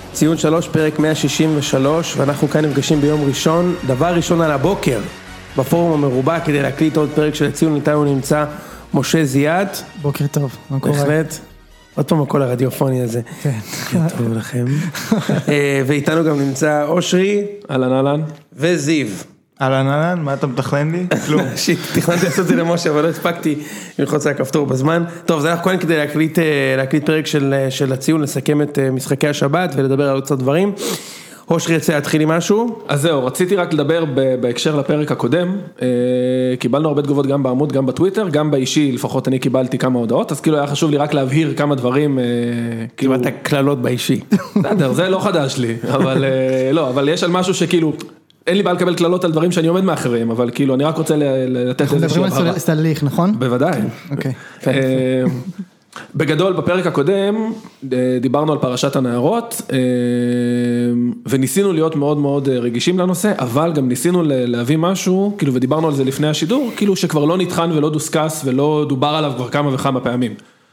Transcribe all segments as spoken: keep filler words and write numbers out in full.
ציון שלוש, פרק מאה שישים ושלוש, ואנחנו כאן נפגשים ביום ראשון, דבר ראשון על הבוקר, בפורום המרובע, כדי להקליט עוד פרק של ציון. איתנו נמצא משה זיאת. בוקר טוב, מה קורה? בהחלט. עוד פעם הקול הרדיופוני הזה. כן. בוקר טוב לכם. ואיתנו גם נמצא אושרי. אהלן אהלן. וזיו. אהלן אהלן, מה אתה מתכנן לי? כלום. שיט, תכננתי לעשות את זה למשה, אבל לא הספקתי ללחוץ על הכפתור בזמן. טוב, זה אנחנו כאן כדי להקליט, להקליט פרק של, של הציון, לסכם את משחקי השבת ולדבר על עוד קצת דברים. אושרי יצא להתחיל עם משהו? אז זהו, רציתי רק לדבר בהקשר לפרק הקודם, קיבלנו הרבה תגובות גם בעמוד, גם בטוויטר, גם באישי, לפחות אני קיבלתי כמה הודעות, אז כאילו היה חשוב לי רק להבהיר כמה דברים. קיבלת כללות באישי. בסדר, זה לא חדש לי, אבל לא, אבל יש על משהו שכאילו, אין לי בעיה לקבל כללות על דברים שאני עומד מאחריהם, אבל כאילו אני רק רוצה לתת איזושהי הבהרה. אנחנו מדברים על סלליך, נכון? בוודאי. אוקיי. בגדול, בפרק הקודם, דיברנו על פרשת הנערות, וניסינו להיות מאוד מאוד רגישים לנושא, אבל גם ניסינו להביא משהו, כאילו, ודיברנו על זה לפני השידור, כאילו שכבר לא נטחן ולא דוסקס, ולא דובר עליו כבר כמה וכמה פעמים.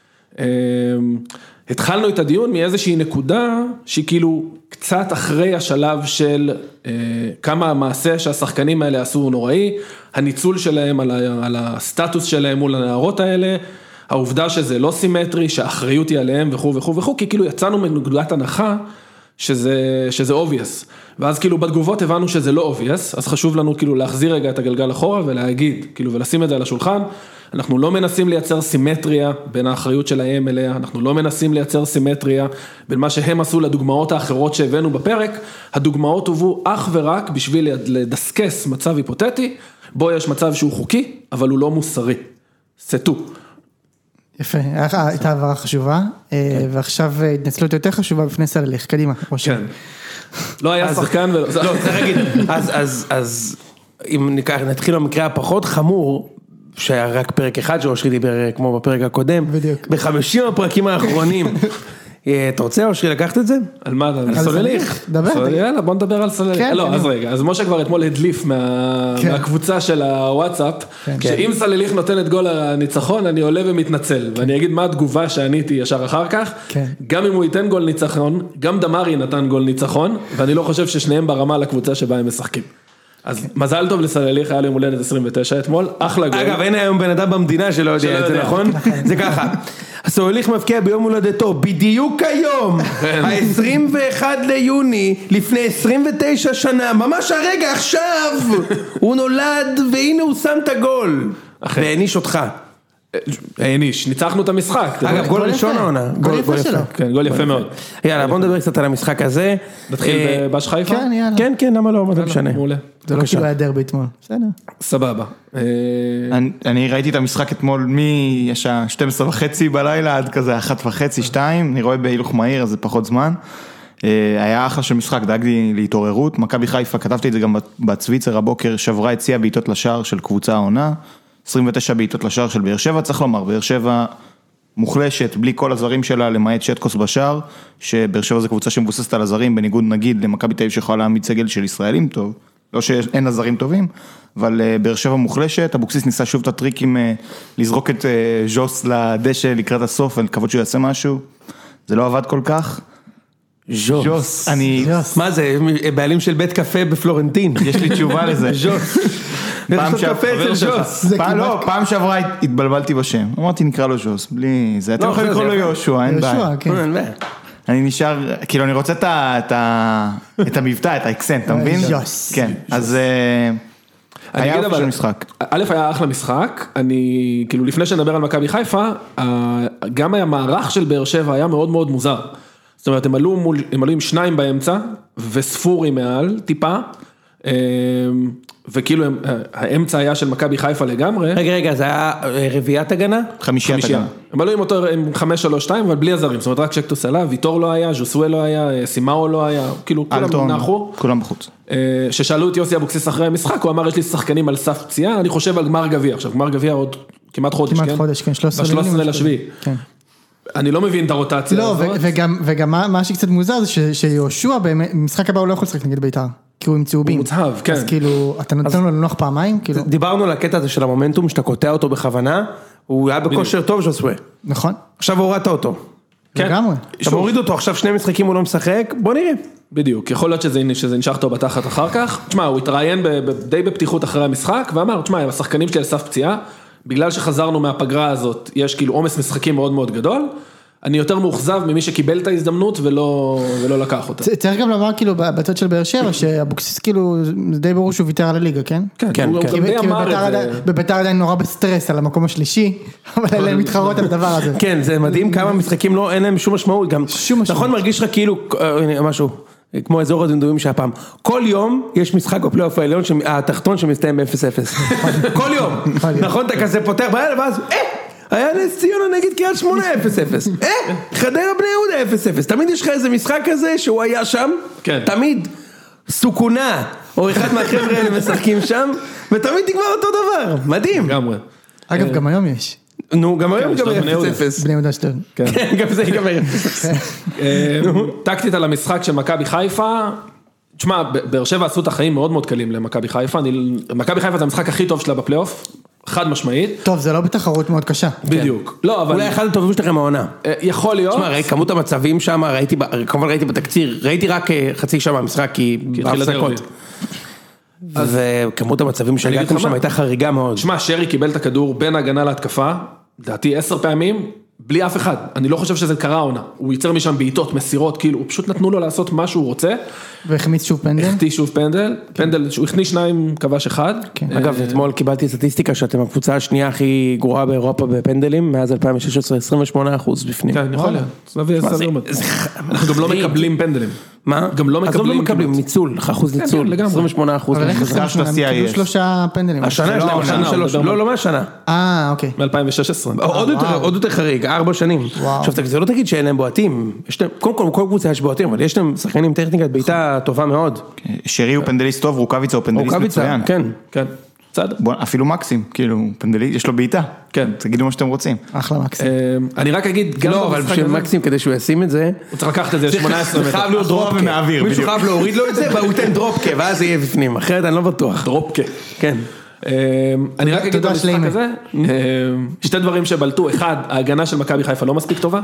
התחלנו את הדיון מאיזושהי נקודה, שהיא כאילו קצת אחרי השלב של כמה המעשה שהשחקנים האלה עשו נוראי, הניצול שלהם על הסטטוס שלהם מול הנערות האלה, העובדה שזה לא סימטרי, שהאחריות היא עליהם וכו' וכו' וכו', כי כאילו יצאנו מנקודת הנחה שזה, שזה obvious. ואז כאילו בתגובות הבנו שזה לא obvious, אז חשוב לנו כאילו להחזיר רגע את הגלגל אחורה ולהגיד, כאילו ולשים את זה על השולחן, אנחנו לא מנסים לייצר סימטריה בין האחריות שלהם אליה, אנחנו לא מנסים לייצר סימטריה בין מה שהם עשו לדוגמאות האחרות שהבאנו בפרק, הדוגמאות הובאו אך ורק בשביל לדסקס מצב היפותטי, בו יש מצב שהוא חוקי, אבל הוא לא מוסרי. סטו. יפה, הייתה הבהרה חשובה, ועכשיו התנצלות יותר חשובה בפני סלליך, קדימה. כן. לא היה שחקן ולא... לא, צריך להגיד, אז אם נתחיל במקרה הפחות חמור, שהיה רק פרק אחד שאושרי דיבר כמו בפרק הקודם, בחמישים הפרקים האחרונים, אתה רוצה אושרי לקחת את זה? על מה? על סולליך. דבר. יאללה, בוא נדבר על סולליך. לא, אז רגע, אז משה כבר אתמול הדליף מהקבוצה של הוואטסאפ, שאם סולליך נותנת גול הניצחון, אני עולה ומתנצל, ואני אגיד מה התגובה שעניתי ישר אחר כך, גם אם הוא ייתן גול ניצחון, גם דמרי נתן גול ניצחון, ואני לא חושב ששניהם ברמה לקבוצה שבה הם משחקים. אז מזל טוב לסלליך, היה לי יום הולדת עשרים ותשע אתמול, אחלה גול. אגב, אין היום בן אדם במדינה שלא יודע את זה, נכון? זה ככה, הסלליך מבקיע ביום הולדתו, בדיוק היום, ה-עשרים ואחד ליוני, לפני עשרים ותשע שנה, ממש הרגע עכשיו, הוא נולד, והנה הוא שם את הגול, והעניש אותך. העניש, ניצחנו את המשחק. אגב, גול ראשון העונה. גול יפה שלו. כן, גול יפה מאוד. יאללה, בוא נדבר קצת על המשחק הזה. נתחיל בבאש חיפה? כן, יאללה. כן, כן, למה לא, מה זה משנה. מעולה. זה לא כאילו היה דרבי אתמול. בסדר. סבבה. אני ראיתי את המשחק אתמול מהשעה שתים עשרה וחצי בלילה עד כזה אחת וחצי, שתיים, אני רואה בהילוך מהיר, אז זה פחות זמן. היה אחלה של משחק, דאגתי להתעוררות. מכבי חיפה, כתבתי את זה גם בצוויצר הבוקר, שברה הציעה בעיטות לשער של קבוצה העונה. עשרים ותשע בעיטות לשער של באר שבע, צריך לומר, באר שבע מוחלשת, בלי כל הזרים שלה, למעט שטקוס בשער, שבאר שבע זו קבוצה שמבוססת על הזרים, בניגוד נגיד למכבי תל אביב שיכולה להעמיד סגל של ישראלים טוב, לא שאין הזרים טובים, אבל באר שבע מוחלשת, אבוקסיס ניסה שוב את הטריקים, לזרוק את ז'וס לדשא לקראת הסוף, ולקוות שהוא יעשה משהו, זה לא עבד כל כך. ז'וס, אני... מה זה, בעלים של בית קפה בפלורנטין? יש לי תשובה לזה. ז'וס. פעם שעברה התבלבלתי בשם, אמרתי נקרא לו ז'וס, בלי זה, אתם יכולים לקרוא לו יהושע, אין בעיה. אני נשאר, כאילו אני רוצה את המבטא, את האקסנט, אתה מבין? ז'וס. כן, אז היה אופן של משחק. א' היה אחלה משחק, אני, כאילו לפני שנדבר על מכבי חיפה, גם היה מערך של באר שבע היה מאוד מאוד מוזר. זאת אומרת, הם עלו מול, הם עלו עם שניים באמצע, וספורי מעל, טיפה, וכאילו האמצע היה של מכבי חיפה לגמרי. רגע, רגע, זה היה רביעיית הגנה? חמישיית הגנה. הם עלו עם אותו, עם חמש, שלוש, שתיים, אבל בלי הזרים, זאת אומרת, רק שקטוס עלה, ויטור לא היה, ז'וסואל לא היה, סימאו לא היה, כאילו, כולם נחו. כולם בחוץ. ששאלו את יוסי אבוקסיס אחרי המשחק, הוא אמר, יש לי שחקנים על סף פציעה, אני חושב על גמר גביע, עכשיו, גמר גביע עוד כמעט חודש, כמעט חודש, כן, שלושה עשר לשביעי. אני לא מבין את הרוטציה הזאת. לא, וגם מה שקצת מוזר זה שיהושע במשחק הבא הוא לא יכול לשחק נגד בית"ר, כי הוא עם צהובים. הוא מוצהב, כן. אז כאילו, אתה נותן לו לנוח פעמיים? דיברנו על הקטע הזה של המומנטום, שאתה קוטע אותו בכוונה, הוא היה בכושר טוב ז'וסווה. נכון. עכשיו הורדת אותו. לגמרי. אתה מוריד אותו עכשיו שני משחקים הוא לא משחק, בוא נראה. בדיוק, יכול להיות שזה, שזה נשאר טוב בתחת אחר כך. תשמע, הוא התראיין ב, ב, די בפתיחות אחרי המשחק, ואמר, תשמע, השחקנים שלי על סף פציעה, בגלל שחזרנו מהפגרה הזאת, יש כאילו עומס משחקים מאוד מאוד גדול, אני יותר מאוכזב ממי שקיבל את ההזדמנות ולא, ולא לקח אותה. צריך גם לומר כאילו בצד של באר שבע, שאבוקסיס כאילו, זה די ברור שהוא ויתר על הליגה, כן? כן, כן, הוא כן. גם די אמר את זה. בביתר עדיין נורא בסטרס על המקום השלישי, אבל אלה הם מתחרות על הדבר הזה. כן, זה מדהים כמה משחקים לא, אין להם שום משמעות, גם, שום משמעות. נכון מרגיש לך כאילו, משהו, כמו אזור הדמדומים שהפעם, כל יום יש משחק בפלייאוף העליון, התחתון שמסתיים ב-אפס אפס. כל יום, נכון, אתה כזה פותח בעיה, ואז, אה! היה נס ציונה נגד קריית שמונה אפס אפס. אה, חדרה בני יהודה אפס אפס. תמיד יש לך איזה משחק כזה שהוא היה שם, תמיד סוכונה, או אחד מהחבר'ה האלה משחקים שם, ותמיד נגמר אותו דבר, מדהים. לגמרי. אגב, גם היום יש. נו, גם היום גם אפס אפס. בני יהודה שטרן. כן, גם זה ייגמר אפס אפס. טקטית על המשחק של מכבי חיפה, תשמע, באר שבע עשו את החיים מאוד מאוד קלים למכבי חיפה, מכבי חיפה זה המשחק הכי טוב שלה בפלייאוף, חד משמעית. טוב, זה לא בתחרות מאוד קשה. בדיוק. לא, אבל... אולי אחד הטובים שלכם העונה. יכול להיות. תשמע, כמות המצבים שם, ראיתי, כמובן ראיתי בתקציר, ראיתי רק חצי שעה מהמשחק, כי בהפסקות. וכמות המצבים שהגעתם שם הייתה חריגה מאוד. תשמע, שרי קיבל את הכדור בין הגנה להתקפה, דעתי עשר פעמים, בלי אף אחד. אני לא חושב שזה קרה עונה. הוא ייצר משם בעיטות, מסירות, כאילו, הוא פשוט נתנו לו לעשות מה שהוא רוצה. והחמיץ שוב פנדל. החטיא שוב פנדל. פנדל, הוא הכניס שניים, כבש אחד. אגב, אתמול קיבלתי סטטיסטיקה שאתם הקבוצה השנייה הכי גרועה באירופה בפנדלים, מאז אלפיים ושש עשרה, עשרים ושמונה אחוז בפנים. כן, יכול להיות. אנחנו גם לא מקבלים פנדלים. מה? גם לא מקבלים. אז לא מקבלים, ניצול, אחוז ניצול. עשרים ושמונה אחוז. אבל איך עשרים ושמונה? הם קיבלו שלושה פנדלים. השנה, לא, לא מהשנה. אה, אוקיי. מ-אלפיים ושש עשרה. עוד יותר חריג, ארבע שנים. עכשיו, זה לא תגיד שאין להם בועטים. קודם כל, כל קבוצה יש בועטים, אבל יש להם שחקנים טכניקת בעיטה טובה מאוד. שרי הוא פנדליסט טוב, רוקאביצה הוא פנדליסט מצוין. כן, כן. בסדר. אפילו מקסים, כאילו, פנדליסט, יש לו בעיטה. כן. תגידו מה שאתם רוצים. אחלה מקסים. אני רק אגיד, גם לא, אבל בשביל מקסים, כדי שהוא ישים את זה, הוא צריך לקחת את זה ל-שמונה עשרה מטר. זה חייב להיות דרופקה. מישהו חייב להוריד לו את זה, והוא ייתן דרופקה, ואז זה יהיה בפנים. אחרת אני לא בטוח. דרופקה. כן. אני רק אגיד במשחק הזה, שתי דברים שבלטו, אחד, ההגנה של מכבי חיפה לא מספיק טובה,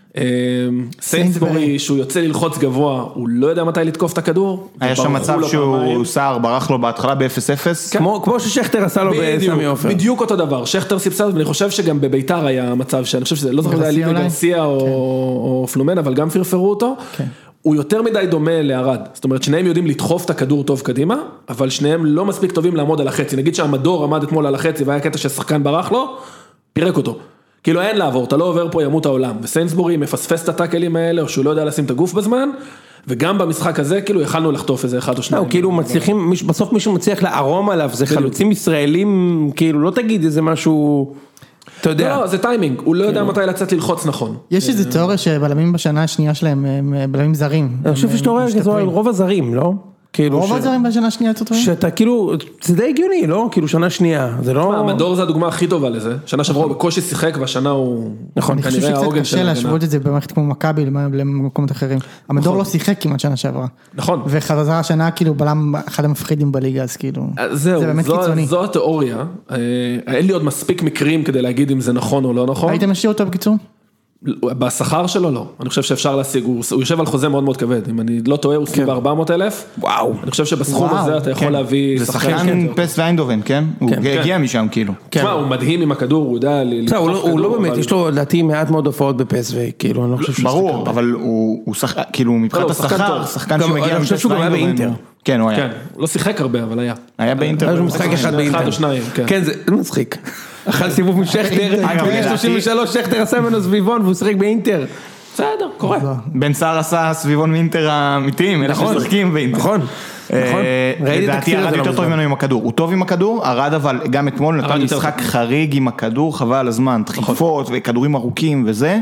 סיינסבורי שהוא יוצא ללחוץ גבוה, הוא לא יודע מתי לתקוף את הכדור. היה שם מצב שהוא סער ברח לו בהתחלה ב-אפס אפס. כמו ששכטר עשה לו בסמי עופר. בדיוק אותו דבר, שכטר סיפסד, ואני חושב שגם בביתר היה מצב, שאני חושב שזה לא זוכר, זה היה ליבי גרסיה או פלומן, אבל גם פרפרו אותו. הוא יותר מדי דומה לארד, זאת אומרת שניהם יודעים לדחוף את הכדור טוב קדימה, אבל שניהם לא מספיק טובים לעמוד על החצי, נגיד שהמדור עמד אתמול על החצי והיה קטע ששחקן ברח לו, פירק אותו, כאילו אין לעבור, אתה לא עובר פה ימות העולם, וסיינסבורי מפספס את הטאקלים האלה, או שהוא לא יודע לשים את הגוף בזמן, וגם במשחק הזה כאילו יכלנו לחטוף איזה אחד או שניים. לא, כאילו מצליחים, בסוף מישהו מצליח לערום עליו, זה חלוצים ישראלים, כאילו לא תגיד איזה משהו... אתה יודע. לא, זה טיימינג, הוא לא יודע מתי לצאת ללחוץ נכון. יש איזו תיאוריה שבלמים בשנה השנייה שלהם הם בלמים זרים. אני חושב שאתה רואה שזה רוב הזרים, לא? רוב הזרים בשנה השנייה אתה טועה? שאתה כאילו, זה די הגיוני, לא? כאילו שנה שנייה, זה לא... המדור זה הדוגמה הכי טובה לזה, שנה שעברה הוא בקושי שיחק והשנה הוא... נכון, אני חושב שקצת קשה להשוות את זה במערכת כמו מכבי למקומות אחרים. המדור לא שיחק כמעט שנה שעברה. נכון. וחזר השנה כאילו בלם אחד המפחידים בליגה, אז כאילו... זהו, זו התיאוריה. אין לי עוד מספיק מקרים כדי להגיד אם זה נכון או לא נכון. היית משאיר אותו בקיצור? בשכר שלו לא, אני חושב שאפשר להשיג, הוא יושב על חוזה מאוד מאוד כבד, אם אני לא טועה הוא סביב ארבע מאות אלף, וואו, אני חושב שבסכום הזה אתה יכול להביא, זה שחקן פס ואיינדובן, כן? הוא הגיע משם כאילו. תשמע, הוא מדהים עם הכדור, הוא יודע, הוא לא באמת, יש לו לדעתי מעט מאוד הופעות בפס וכאילו, אני לא חושב שהוא ברור, אבל הוא שחקן, כאילו מבחינת השכר, שחקן שמגיע מפס ואינדובן. כן, הוא היה. כן, הוא לא שיחק הרבה, אבל היה. היה באינטר. היה משחק אחד באינטר. אחד או שניים, כן. כן, זה מצחיק. אכל סיבוב משכטר, בגיל שלושים ושלוש שכטר עשה ממנו סביבון והוא שיחק באינטר. בסדר, קורה. בן סער עשה סביבון מאינטר האמיתיים, אלה ששחקים באינטר. נכון, נכון. לדעתי ארד יותר טוב ממנו עם הכדור. הוא טוב עם הכדור, ארד אבל גם אתמול נתן משחק חריג עם הכדור, חבל על הזמן, דחיפות וכדורים ארוכים וזה.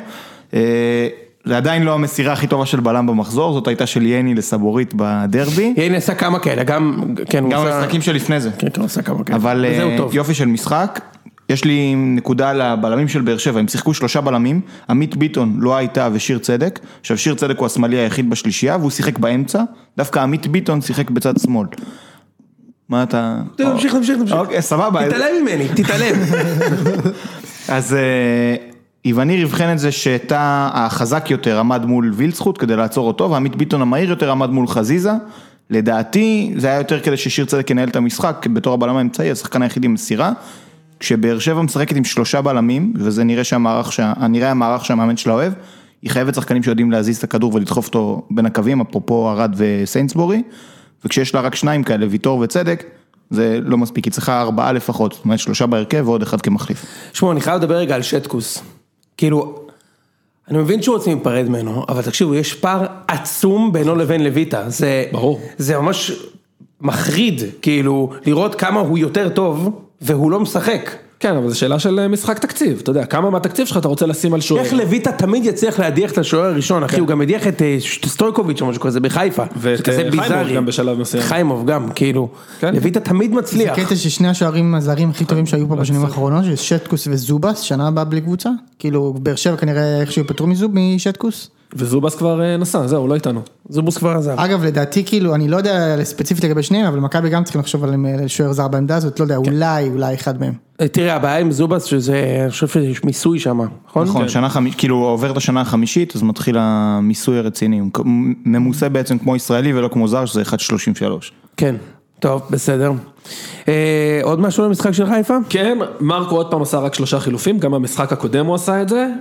זה עדיין לא המסירה הכי טובה של בלם במחזור, זאת הייתה של יני לסבורית בדרבי. יני עשה כמה כאלה, גם... גם המשחקים שלפני זה. כן, כן, עשה כמה כאלה. אבל יופי של משחק. יש לי נקודה לבלמים של באר שבע, הם שיחקו שלושה בלמים, עמית ביטון לא הייתה ושיר צדק, עכשיו שיר צדק הוא השמאלי היחיד בשלישייה, והוא שיחק באמצע, דווקא עמית ביטון שיחק בצד שמאל. מה אתה... תמשיך, תמשיך, תמשיך. אוקיי, סבבה. תתעלם ממני, תתעלם. אז... איווניר הבחן את זה שאתה החזק יותר עמד מול וילצחוט כדי לעצור אותו, ועמית ביטון המהיר יותר עמד מול חזיזה, לדעתי זה היה יותר כדי ששיר צדק ינהל את המשחק, בתור הבלם האמצעי, השחקן היחיד עם מסירה, כשבאר שבע משחקת עם שלושה בלמים, וזה נראה שהמערך, שה... נראה המערך שהמאמן שלה אוהב, היא חייבת שחקנים שיודעים להזיז את הכדור ולדחוף אותו בין הקווים, אפרופו ארד וסיינסבורי, וכשיש לה רק שניים כאלה, ויטור וצדק, זה לא מספיק, היא צריכה ארבעה לפחות, זאת אומרת שלושה בהרכב ועוד אחד כמחליף. שמוע, אני חייב לדבר רגע על שטקוס, כאילו, אני מבין שהוא רוצים להיפרד ממנו, אבל תקשיבו, יש פער עצום בינו לבין לויטה, זה, ברור. זה ממש מחריד, כאילו, לראות כמה הוא יותר טוב, והוא לא משחק. כן, אבל זו שאלה של משחק תקציב, אתה יודע, כמה מהתקציב שלך אתה רוצה לשים על שוער. איך לויטה תמיד יצליח להדיח את השוער הראשון, אחי, הוא גם הדיח את סטויקוביץ' או משהו כזה בחיפה, ואת חיימוב גם בשלב מסוים. חיימוב גם, כאילו, לויטה תמיד מצליח. זה קטע ששני השוערים הזרים הכי טובים שהיו פה בשנים האחרונות, שטקוס וזובס, שנה הבאה בלי קבוצה, כאילו, באר שבע כנראה איכשהו יפטרו מזוב משטקוס. וזובס כבר נסע, זהו, לא איתנו. זובס כבר עזב. אגב, לדעתי, כאילו, אני לא יודע ספציפית לגבי שניהם, אבל מכבי גם צריכים לחשוב על שוער זר בעמדה הזאת, לא יודע, אולי, אולי אחד מהם. תראה, הבעיה עם זובס, שזה, אני חושב שיש מיסוי שם, נכון? נכון, שנה חמישית, כאילו עובר את השנה החמישית, אז מתחיל המיסוי הרציני, הוא ממוסה בעצם כמו ישראלי ולא כמו זר, שזה אחד שלושים ושלוש. כן, טוב, בסדר. עוד משהו למשחק של חיפה? כן, מרקו עוד פעם עשה רק שלושה חילופים, גם המשחק הקודם הוא עשה את זה,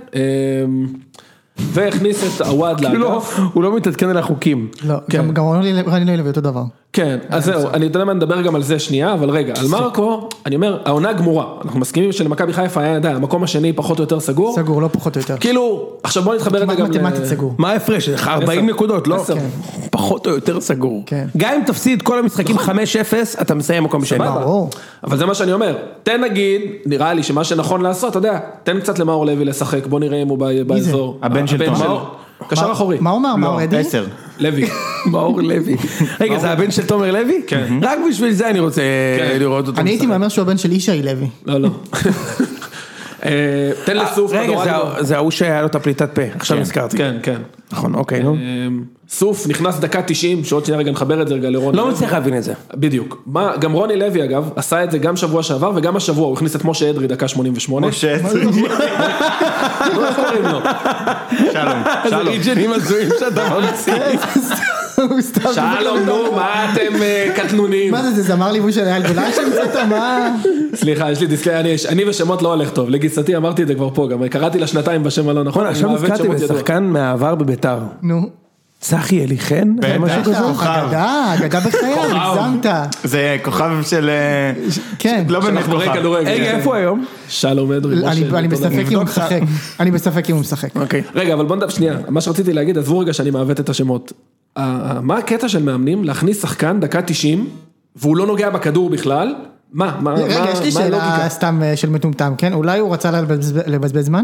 והכניס את הוואד לאגף. הוא לא מתעדכן על החוקים. לא, גם רני לא ילווה אותו דבר. כן, אז זהו, אני יודע מה נדבר גם על זה שנייה, אבל רגע, על מרקו, אני אומר, העונה גמורה, אנחנו מסכימים שלמכבי חיפה היה, יודע, המקום השני פחות או יותר סגור. סגור, לא פחות או יותר. כאילו, עכשיו בוא נתחבר את זה גם... מתמטית סגור. מה ההפרש? ארבעים נקודות, לא? פחות או יותר סגור. גם אם תפסיד כל המשחקים חמש אפס, אתה מסיים מקום שני. אבל זה מה שאני אומר, תן נגיד, נראה לי שמה שנכון לעשות, אתה יודע, תן קצת למאור לוי לשחק, בוא נראה אם הוא באזור. הבן של תומר. קשר אחורי. מה הוא אמר? מאור אדרי? עשר. לוי. מאור לוי. רגע, זה הבן של תומר לוי? כן. רק בשביל זה אני רוצה לראות אותו. אני הייתי מאמר שהוא הבן של ישי לוי. לא, לא. תן לסוף. רגע, זה ההוא שהיה לו את הפליטת פה, עכשיו נזכרתי. כן, כן. נכון, אוקיי, נו. סוף נכנס דקה תשעים, שעוד שנייה רגע נחבר את זה רגע לרוני. לא מצליח להבין את זה. בדיוק. גם רוני לוי אגב, עשה את זה גם שבוע שעבר וגם השבוע, הוא הכניס את משה אדרי דקה שמונים ושמונה. משה אדרי. לא קוראים לו. שלום. זה ריג'נים הזויים שאתה ממציא. שלום, נו, מה אתם קטנונים? מה זה, זה זמר ליווי של אייל גולן שהמצאת, מה? סליחה, יש לי דיסקליה, אני ושמות לא הולך טוב, לגיסתי אמרתי את זה כבר פה, גם קראתי לה שנתיים בשם הלא נכון. עכשיו נזכרתי בשחקן מהעבר בביתר. נו. צחי אליחן? אגדה, אגדה בחייה, הגזמת. זה כוכב של... כן. לא באמת כוכב. רגע, איפה היום? שלום אדרי. אני בספק אם הוא משחק. אני בספק אם הוא משחק. רגע, אבל בוא נדבר שנייה, מה שרציתי להגיד, עזבו רגע שאני מעוות את השמות. מה הקטע של מאמנים להכניס שחקן דקה תשעים, והוא לא נוגע בכדור בכלל? מה? רגע, יש לי שאלה סתם של מטומטם, כן? אולי הוא רצה לבזבז זמן?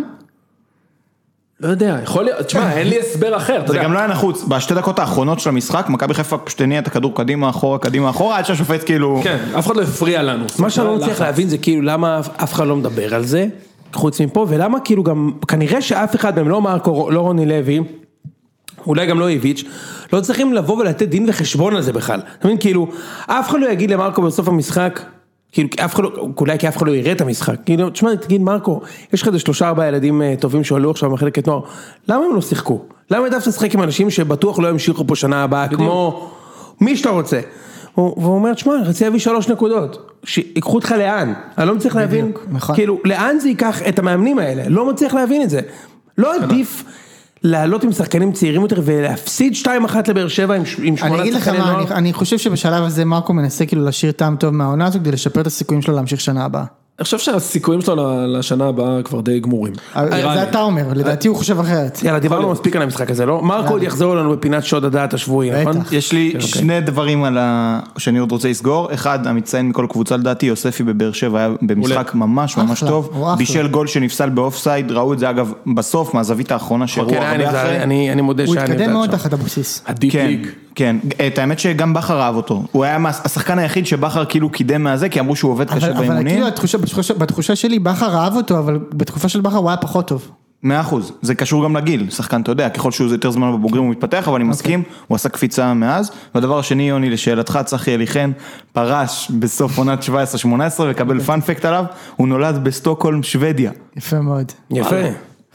לא יודע, יכול להיות, תשמע, אין לי הסבר אחר. זה גם לא היה נחוץ, בשתי דקות האחרונות של המשחק, מכבי חיפה פשוט הניעה את הכדור קדימה, אחורה, קדימה, אחורה, עד שהשופט כאילו... כן, אף אחד לא הפריע לנו. מה שאני לא צריך להבין זה כאילו למה אף אחד לא מדבר על זה, חוץ מפה, ולמה כאילו גם, כנראה שאף אחד מהם, לא מרקו, לא רוני לוי, אולי גם לא איביץ', לא צריכים לבוא ולתת דין וחשבון על זה בכלל. אתה מבין, כאילו, אף אחד לא יגיד למרקו בסוף המשחק, כאילו, אף אחד לא, אולי כי אף אחד לא יראה את המשחק, כאילו, תשמע, תגיד מרקו, יש לך איזה שלושה ארבעה ילדים טובים שעלו עכשיו במחלקת נוער, למה הם לא שיחקו? למה העדפת לשחק עם אנשים שבטוח לא ימשיכו פה שנה הבאה, כמו מי שאתה רוצה? והוא אומר, תשמע, אני רציתי להביא שלוש נקודות, שיקחו אותך לאן? אני לא מצליח להבין, כאילו, לאן זה ייקח את המאמנים האלה? לא מצליח להבין את זה. לא עדיף לעלות עם שחקנים צעירים יותר ולהפסיד שתיים אחת לבאר שבע עם שמונה שחקנים נוער. אני אגיד לך מה, אני חושב שבשלב הזה מרקו מנסה כאילו להשאיר טעם טוב מהעונה הזו כדי לשפר את הסיכויים שלו להמשיך שנה הבאה. אני חושב שהסיכויים שלו לשנה הבאה כבר די גמורים. זה אתה אומר, לדעתי הוא חושב אחרת. יאללה, דיברנו מספיק על המשחק הזה, לא? מרקו עוד יחזור לנו בפינת שוד הדעת השבועי, נכון? יש לי שני דברים על ה... שאני עוד רוצה לסגור. אחד, המציין מכל קבוצה לדעתי, יוספי בבאר שבע היה במשחק ממש ממש טוב. בישל גול שנפסל באופסייד, ראו את זה אגב בסוף, מהזווית האחרונה שראו הרבה אחרי. אני מודה הוא התקדם מאוד תחת הבסיס. כן, את האמת שגם בחר אהב אותו, הוא היה השחקן היחיד שבחר כאילו קידם מהזה, כי אמרו שהוא עובד קשה באימונים. אבל כאילו בתחושה שלי בחר אהב אותו, אבל בתקופה של בחר הוא היה פחות טוב. מאה אחוז, זה קשור גם לגיל, שחקן אתה יודע, ככל שהוא יותר זמן בבוגרים הוא מתפתח, אבל אני מסכים, הוא עשה קפיצה מאז, והדבר השני יוני לשאלתך, צחי אליחן פרש בסוף עונת שבע עשרה שמונה עשרה, וקבל פאנפקט עליו, הוא נולד בסטוקהולם, שוודיה. יפה מאוד. יפה.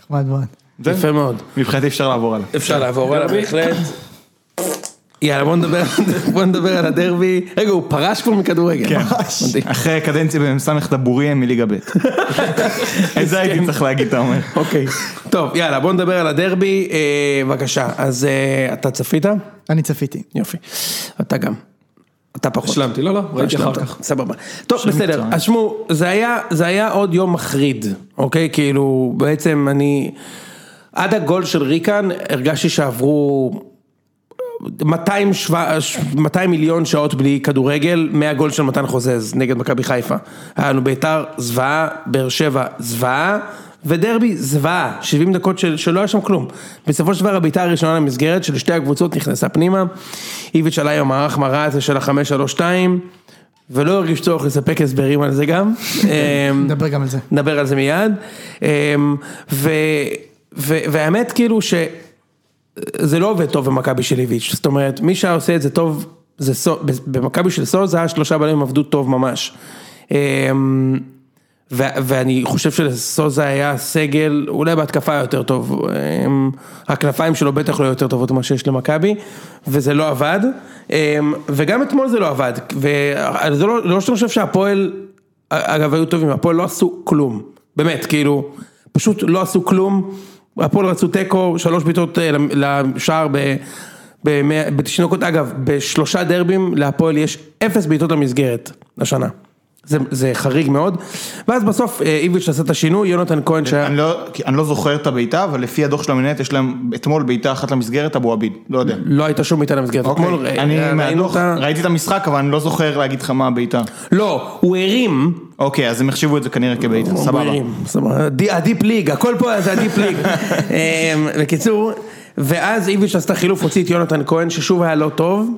נחמד מאוד. יפה מאוד. מבחינתי אפשר לעבור עליו. אפשר לעבור עליו בהחלט. יאללה בוא נדבר, בוא נדבר על הדרבי. רגע הוא פרש כבר מכדורגל. כן, אחרי קדנציה במסמך דבוריה מליגה ב'. איזה הייתי צריך להגיד, אתה אומר. אוקיי, טוב יאללה בוא נדבר על הדרבי, בבקשה, אז אתה צפית? אני צפיתי. יופי, אתה גם. אתה פחות. השלמתי, לא לא, ראיתי אחר כך. סבבה. טוב בסדר, אז שמו, זה היה, זה היה עוד יום מחריד, אוקיי? כאילו בעצם אני, עד הגול של ריקן הרגשתי שעברו מאתיים מיליון שעות בלי כדורגל, מהגול של מתן חוזז נגד מכבי חיפה. היה לנו ביתר זוועה, באר שבע זוועה, ודרבי זוועה, שבעים דקות של, שלא היה שם כלום. בסופו של דבר הביתה הראשונה למסגרת של שתי הקבוצות נכנסה פנימה, איביץ' עלה עם המערך מראה הזה של החמש שלוש שתיים, ולא הרגיש צורך לספק הסברים על זה גם. נדבר גם על זה. נדבר על זה מיד. ו, ו, והאמת כאילו ש... זה לא עובד טוב במכבי של איביץ', זאת אומרת, מי שעושה את זה טוב, זה סו, במכבי של סול, זה היה שלושה בלמים עבדו טוב ממש. ו, ואני חושב שלסול זה היה סגל, אולי בהתקפה יותר טוב, הכנפיים שלו בטח לא יותר טובות ממה שיש למכבי, וזה לא עבד, וגם אתמול זה לא עבד, וזה לא, לא שאני חושב שהפועל, אגב היו טובים, הפועל לא עשו כלום, באמת, כאילו, פשוט לא עשו כלום, הפועל רצו טקו, שלוש ביטות לשער בתשעים דקות, אגב, בשלושה דרבים להפועל יש אפס ביטות למסגרת השנה. זה, זה חריג מאוד, ואז בסוף איביץ' עשה את השינוי, יונתן כהן שהיה... אני לא, אני לא זוכר את הביתה, אבל לפי הדוח של המנהלת, יש להם אתמול ביתה אחת למסגרת, אבו עביד, לא יודע. לא הייתה שום ביתה למסגרת. אוקיי, אתמול, אני מהדוח, ראיתי את המשחק, אבל אני לא זוכר להגיד לך מה הביתה. לא, הוא הרים... אוקיי, אז הם החשיבו את זה כנראה כביתה, סבבה. סבבה, הדיפ ליג, הכל פה זה הדיפ ליג. בקיצור, ואז איביץ' עשתה חילוף, הוציא את יונתן כהן, ששוב היה לא טוב,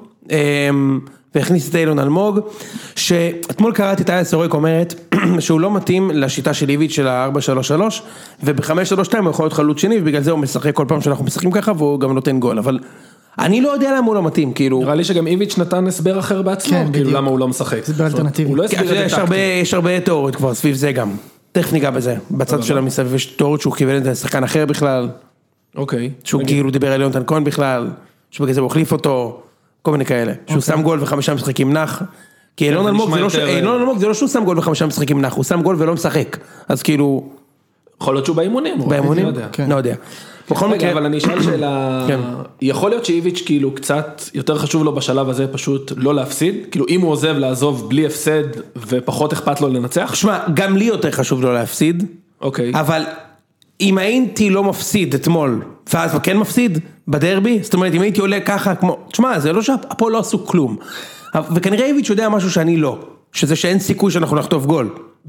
והכניס את אילון אלמוג, שאתמול קראתי את איה סורק אומרת, שהוא לא מתאים לשיטה של איביץ' של ה-ארבע שלוש שלוש, וב-חמש שלוש שתיים הוא יכול להיות חלוץ שני, ובגלל זה הוא משחק כל פעם שאנחנו משחקים ככה, והוא גם נותן גול, אבל אני לא יודע למה הוא לא מתאים, כאילו... נראה לי שגם איביץ' נתן הסבר אחר בעצמו, כאילו למה הוא לא משחק. הסבר אלטרנטיבי. הוא לא הסביר את זה טקטי. יש הרבה תיאוריות כבר, סביב זה גם. תכף ניגע בזה. בצד של המסביב יש תיאוריות שהוא כיוון את זה לשחקן אחר בכלל. אוקיי. שהוא כאילו דיבר על יונתן כהן בכלל, שבגלל זה הוא החליף אותו, כל מיני כאלה. שהוא שם גול וחמישה משחקים נח. כי אילון אלמוג זה לא שהוא שם גול וחמישה משחקים נח, הוא שם גול ולא משחק. אז כאילו... יכול להיות שהוא באימונים. באימונים? לא יודע. בכל מקרה... אבל אני אשאל שאלה... יכול להיות שאיביץ' כאילו קצת יותר חשוב לו בשלב הזה פשוט לא להפסיד? כאילו אם הוא עוזב לעזוב בלי הפסד ופחות אכפת לו לנצח? שמע, גם לי יותר חשוב לו להפסיד. אוקיי. אבל... אם הייתי לא מפסיד אתמול, ואז כן מפסיד בדרבי, זאת אומרת, אם הייתי עולה ככה כמו, תשמע, זה לא שהפועל לא עשו כלום, וכנראה איביץ' יודע משהו שאני לא, שזה שאין סיכוי שאנחנו נחטוף גול.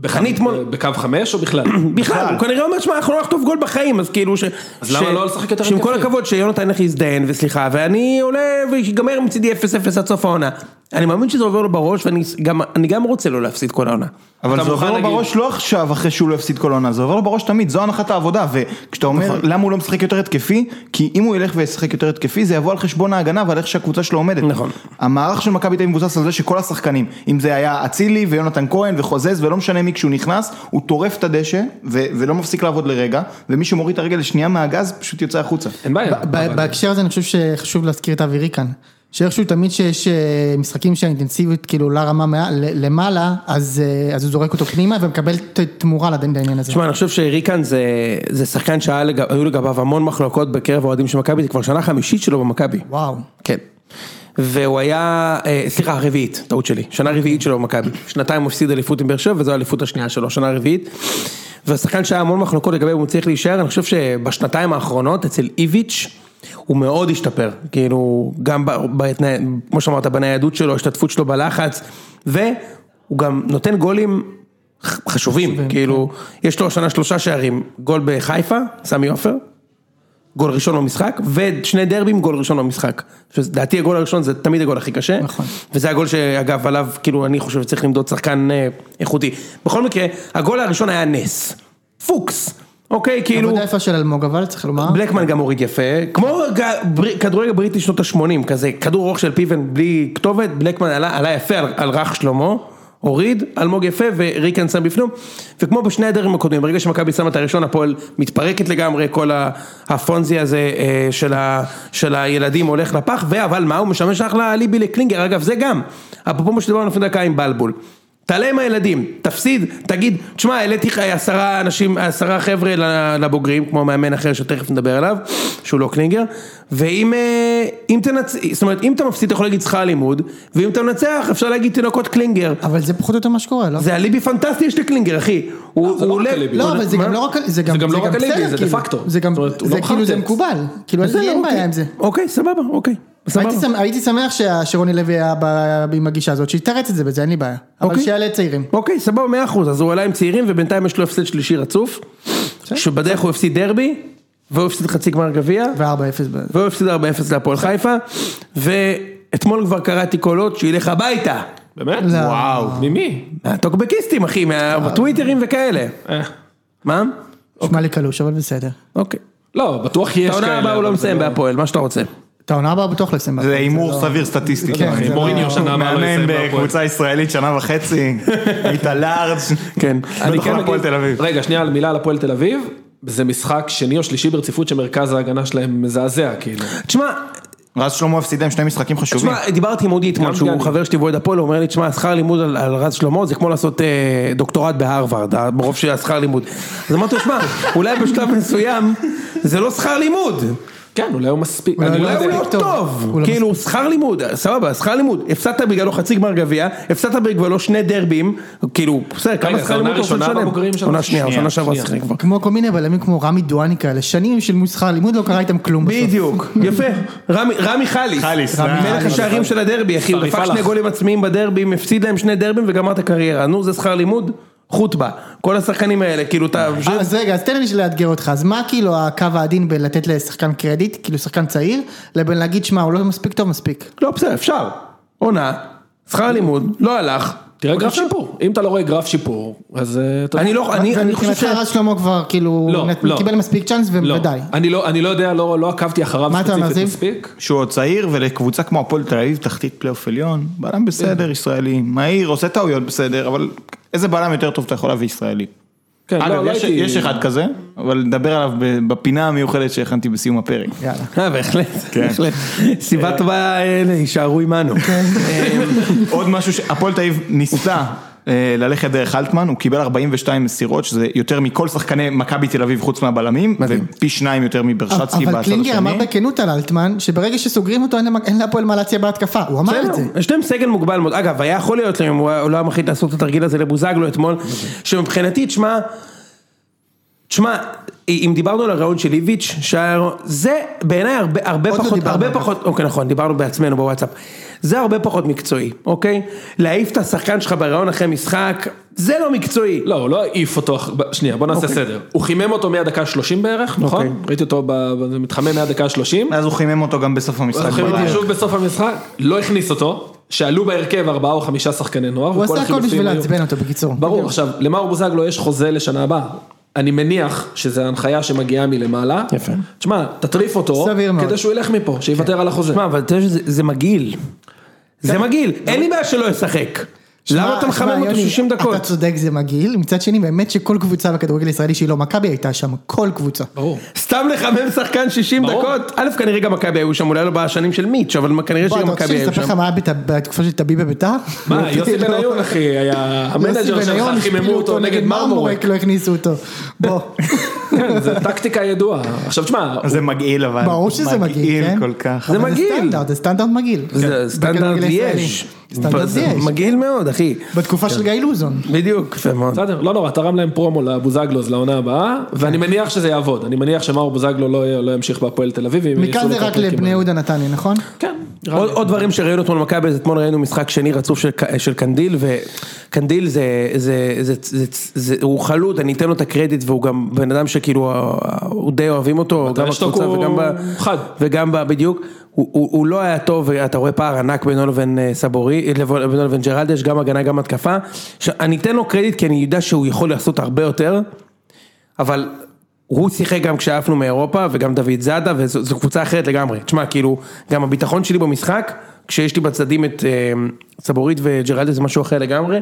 בקו חמש או בכלל? בכלל, הוא כנראה אומר, שמע, אנחנו לא נחטוף גול בחיים, אז כאילו ש... אז למה לא לשחק יותר התקפי? שעם כל הכבוד שיונתן איך יזדיין, וסליחה, ואני עולה ויגמר מצידי אפס אפס עד סוף העונה. אני מאמין שזה עובר לו בראש, ואני גם רוצה לו להפסיד כל העונה. אבל זה עובר לו בראש לא עכשיו, אחרי שהוא לא הפסיד כל העונה, זה עובר לו בראש תמיד, זו הנחת העבודה, וכשאתה אומר למה הוא לא משחק יותר התקפי, כי אם הוא ילך וישחק יותר התקפי, זה יבוא על חשבון ההגנה ועל איך שהקבוצה שלו עומדת. נכון. המערך של מכבי תל אביב מבוסס על זה שכל השחקנים, אם זה היה אצילי ויונתן כהן וחוזז ולא משנה מי כשהוא נכנס, הוא טורף את הדשא ו- ולא מפסיק לעבוד לרגע, ומי שמוריד את הרגל לשנייה מהגז פשוט יוצא החוצה. אין בעיה. בהקשר הזה אני חושב שחשוב להזכיר את אבי ריקן. שאיכשהו תמיד שיש משחקים שהאינטנסיביות כאילו לרמה למעלה, אז הוא זורק אותו פנימה ומקבל תמורה לעניין הזה. תשמע, אני חושב שריקן זה שחקן שהיו לגביו המון מחלוקות בקרב האוהדים של מכבי, זה כבר שנה חמישית שלו במכבי. וואו. כן. והוא היה, סליחה, רביעית, טעות שלי, שנה רביעית שלו במכבי. שנתיים הוא הפסיד אליפות עם באר שבע, וזו האליפות השנייה שלו, שנה רביעית. והשחקן שהיה המון מחלוקות לגבי הוא צריך להישאר, אני חושב שבשנתיים האחרונות אצל איביץ' הוא מאוד השתפר, כאילו גם בהתנא... כמו שאמרת, בניידות שלו, השתתפות שלו בלחץ, והוא גם נותן גולים חשובים, כאילו, יש לו השנה שלושה שערים, גול בחיפה, סמי עופר, גול ראשון במשחק, ושני דרבים גול ראשון במשחק, שדעתי הגול הראשון זה תמיד הגול הכי קשה, נכון. וזה הגול שאגב עליו, כאילו אני חושב צריך למדוד שחקן איכותי, בכל מקרה, הגול הראשון היה נס, פוקס, אוקיי, כאילו... עבודה יפה של אלמוג, אבל צריך לומר... בלקמן גם הוריד יפה, כמו כדורגל בריטי שנות ה-שמונים, כזה כדור רוח של פיבן בלי כתובת, בלקמן עלה, עלה יפה על, על רך שלמה, הוריד, אלמוג יפה וריקן שם בפנום, וכמו בשני הדרים הקודמים, ברגע שמכבי שמה את הראשון, הפועל מתפרקת לגמרי, כל הפונזי הזה של, ה, של הילדים הולך לפח, אבל מה, הוא משמש לך ליבי לקלינגר, אגב זה גם, אפרופו מה שדיברנו לפני דקה עם בלבול, תעלה עם הילדים, תפסיד, תגיד, תשמע, העליתי עשרה אנשים, עשרה חבר'ה לבוגרים, כמו מאמן אחר שתכף נדבר עליו, שהוא לא קלינגר, ואם אם תנצ... זאת אומרת, אם אתה מפסיד, אתה יכול להגיד שכר לימוד, ואם אתה מנצח, אפשר להגיד תינוקות קלינגר. אבל זה פחות או יותר מה שקורה, לא? זה הליבי פנטסטי, יש לקלינגר, אחי. זה לא רק הליבי. לא, אבל זה גם לא רק, זה גם לא רק הליבי, זה דה פקטו. זה גם, זה כאילו זה מקובל, כאילו אין בעיה עם זה. אוקיי, סבבה, אוקיי. הייתי שמח שרוני לוי היה עם הגישה הזאת, שיתרץ את זה בזה, אין לי בעיה. אבל שיעלה צעירים. אוקיי, סבבה, מאה אחוז. אז הוא עלה עם צעירים, ובינתיים יש לו הפסד שלישי רצוף, שבדרך הוא הפסיד דרבי, והוא הפסיד חצי גמר גביע, ו-ארבע אפס. והוא הפסיד ארבע אפס להפועל חיפה, ואתמול כבר קראתי קולות שילך הביתה. באמת? וואו. ממי? מהטוקבקיסטים, אחי, מהטוויטרים וכאלה. מה? שמע לי קלוש, אבל בסדר. אוקיי. לא, בטוח יש כאלה. העונה הבאה הוא לא מסיים בהפועל, מה שאתה רוצה. את העונה הבאה בטוח לסיים בהפועל. זה אימור סביר סטטיסטי. מוריניו שנה הבאה לא יסיים מאמן בקבוצה ישראלית שנה וחצי, היית לארג'. כן. אני כן אגיד, רגע, שנייה, מילה על הפועל תל אביב, זה משחק שני או שלישי ברציפות שמרכז ההגנה שלהם מזעזע, כאילו. תשמע, רז שלמה הפסידה עם שני משחקים חשובים. תשמע, דיברתי עם אודי אתמול, שהוא חבר שלי בועד הפועל, הוא אומר לי, תשמע, שכר לימוד על, על רז שלמה, זה כמו לעשות אה, דוקטורט בהרווארד, ברוב של השכר לימוד. אז אמרתי, תשמע, אולי בשלב מסוים, זה לא שכר לימוד. כן, אולי הוא מספיק. אולי הוא לא טוב, כאילו, שכר לימוד, סבבה, שכר לימוד, הפסדת בגללו חצי גמר גביע, הפסדת בגללו שני דרבים, כאילו, בסדר, כמה שכר לימוד אתה רוצה לשלם? עונה שנייה, עונה שעברה שחק כבר. כמו כל מיני בלמים כמו רמי דואני כאלה, שנים של שכר לימוד לא קרה איתם כלום בסוף. בדיוק, יפה, רמי חליס, חליס, מלך השערים של הדרבי, אחי, הוא דפק שני גולים עצמיים בדרבי, מפסיד להם שני דרבים וגמר את הקריירה, נו, זה שכר לימוד? חוטבה, כל השחקנים האלה, כאילו אתה... אז רגע, אז תן לי לאתגר אותך, אז מה כאילו הקו העדין בין לתת לשחקן קרדיט, כאילו שחקן צעיר, לבין להגיד שמה, הוא לא מספיק טוב, מספיק? לא, בסדר, אפשר. עונה, שכר לימוד, לא הלך. תראה גרף שיפור, אם אתה לא רואה גרף שיפור, אז... אני לא, אני חושב ש... רז שלמה כבר כאילו, קיבל מספיק צ'אנס וודאי. אני לא יודע, לא עקבתי אחריו ספציפית מספיק. שהוא עוד צעיר ולקבוצה כמו הפועל תל אביב, תחתית פלייאוף עליון, בלם בסדר, ישראלי, מהיר, עושה טעויות בסדר, אבל איזה בלם יותר טוב אתה יכול להביא ישראלי? אגב, יש אחד כזה, אבל נדבר עליו בפינה המיוחדת שהכנתי בסיום הפרק. יאללה. בהחלט, בהחלט. סיבה טובה, יישארו עמנו. עוד משהו שהפועל תל אביב ניסתה ללכת דרך אלטמן, הוא קיבל ארבעים ושתיים מסירות, שזה יותר מכל שחקני מכבי תל אביב חוץ מהבלמים, ופי שניים יותר מברשצקי בצד השני. אבל קלינגר אמר בכנות על אלטמן, שברגע שסוגרים אותו אין להפועל מה להציע בהתקפה, הוא אמר את זה. יש להם סגל מוגבל מאוד, אגב, היה יכול להיות להם, הוא לא מחליט לעשות את התרגיל הזה לבוזגלו אתמול, שמבחינתי, תשמע, תשמע, אם דיברנו על הרעיון של איביץ', זה בעיניי הרבה פחות, הרבה פחות, אוקיי נכון, דיברנו בעצמנו בוואטסאפ, זה הרבה פחות מקצועי, אוקיי? להעיף את השחקן שלך ברעיון אחרי משחק, זה לא מקצועי. לא, הוא לא העיף אותו, שנייה, בוא נעשה סדר. הוא חימם אותו מהדקה שלושים בערך, נכון? ראיתי אותו מתחמם מהדקה שלושים. אז הוא חימם אותו גם בסוף המשחק. הוא חימם אותו שוב בסוף המשחק, לא הכניס אותו, שעלו בהרכב ארבעה או חמישה שחקני נוער. הוא עשה הכל בשביל להצבן אותו בקיצור. ברור, עכשיו, למאור בוזגלו יש חוזה לשנה הבאה. אני מניח שזו ההנחיה שמגיעה מלמעלה. יפה. תשמע, תטריף אותו, כדי שהוא ילך מפה, שיוותר על החוזה. תשמע, אבל זה מגעיל. זה מגעיל, אין לי בעיה שלא ישחק. למה אתה מחמם אותו שישים דקות? אתה צודק, זה מגעיל. מצד שני, באמת שכל קבוצה בכדורגל הישראלי שהיא לא מכבי הייתה שם, כל קבוצה. ברור. סתם לחמם שחקן שישים דקות? א', כנראה גם מכבי היו שם, אולי לא בשנים של מיץ', אבל כנראה שגם מכבי היו שם. אתה רוצה לספר לך מה היה בתקופה של טביב בביתר? מה, יוסי בניון אחי, היה המנג'ר שלך, חיממו אותו נגד מרמורק. לא הכניסו אותו. בוא. כן, זה טקטיקה ידועה. עכשיו תשמע, זה מגעיל אבל. ברור שזה מגעיל, כן? כל כך. זה מגעיל. זה סטנדרט מגעיל. זה סטנדרט יש. מגעיל מאוד, אחי. בתקופה של גיא לוזון. בדיוק, יפה מאוד. בסדר, לא נורא, תרם להם פרומו לבוזגלו לעונה הבאה, ואני מניח שזה יעבוד. אני מניח שמאור בוזגלו לא ימשיך בהפועל תל אביב. מכאן זה רק לבני יהודה נתניה, נכון? כן. עוד דברים שראינו אתמול מכבי, אתמול ראינו משחק שני רצוף של קנדיל, וקנדיל הוא חלוט, אני אתן לו את הקרדיט, והוא גם בן אדם שכאילו, הוא די אוהבים אותו, גם בקבוצה וגם בדיוק. הוא לא היה טוב, ואתה רואה פער ענק בינו לבין סבורי, בינו לבין ג'רלדש, גם הגנה, גם התקפה. אני אתן לו קרדיט, כי אני יודע שהוא יכול לעשות הרבה יותר, אבל הוא שיחק גם כשעפנו מאירופה, וגם דוד זאדה, וזו קבוצה אחרת לגמרי. תשמע, כאילו, גם הביטחון שלי במשחק, כשיש לי בצדדים את סבורית וג'רלדש זה משהו אחר לגמרי,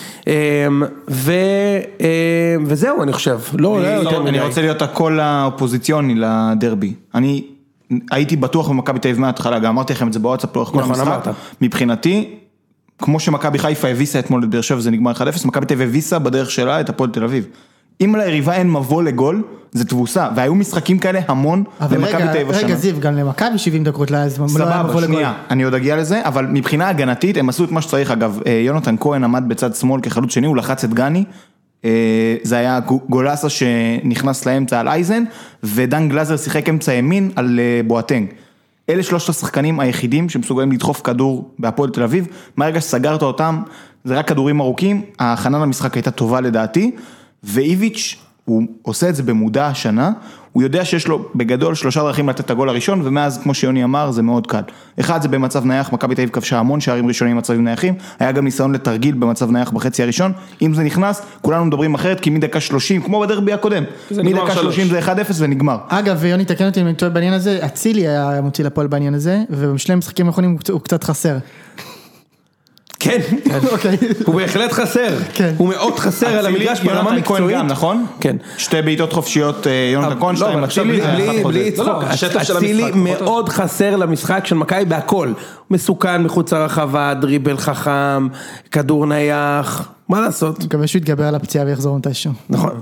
וזהו אני חושב, לא, אני רוצה להיות הקול האופוזיציוני לדרבי, אני הייתי בטוח במכבי תל אביב מההתחלה, גם אמרתי לכם את זה בוואטסאפ לאורך כל המשחק, מבחינתי, כמו שמכבי חיפה הביסה אתמול את באר שבע וזה נגמר אחד אפס, מכבי תל אביב הביסה בדרך שלה את הפועל תל אביב. אם ליריבה אין מבוא לגול, זה תבוסה, והיו משחקים כאלה המון למכבי תל אביב השנה. רגע זיו, גם למכבי שבעים דקות, סבבה, שנייה, אני עוד אגיע לזה, אבל מבחינה הגנתית, הם עשו את מה שצריך, אגב, יונתן כהן עמד בצד שמאל כחלוץ שני, הוא לחץ את גני, זה היה גולסה שנכנס לאמצע על אייזן, ודן גלזר שיחק אמצע ימין על בואטנג. אלה שלושת השחקנים היחידים שמסוגלים לדחוף כדור בהפועל תל אביב, מהרגע שסגרת אותם, זה רק כדורים ארוכים, ההכנה למשחק הייתה טובה לדעתי, ואיביץ' הוא עושה את זה במודע השנה, הוא יודע שיש לו בגדול שלושה דרכים לתת את הגול הראשון, ומאז כמו שיוני אמר זה מאוד קל. אחד זה במצב נייח, מכבי תל אביב כבשה המון שערים ראשונים במצבים נייחים, היה גם ניסיון לתרגיל במצב נייח בחצי הראשון, אם זה נכנס, כולנו מדברים אחרת, כי מדקה שלושים, כמו בדרבי הקודם, מדקה שלושים זה אחד אפס ונגמר. אגב, יוני תקן אותי אם אני טועה בעניין הזה, אצילי היה מוציא לפועל בעניין הזה, ובשני משחקים האחרונים הוא קצת חסר. כן, הוא בהחלט חסר, הוא מאוד חסר על המגרש ברמה מקצועית, נכון? כן. שתי בעיטות חופשיות יונתן כהן, שתיים אצילי, בלי צחוק, אצילי מאוד חסר למשחק של מכבי בהכל, מסוכן מחוץ לרחבה, דריבל חכם, כדור נייח, מה לעשות? מקווה שהוא יתגבר על הפציעה ויחזור מתישהו. נכון.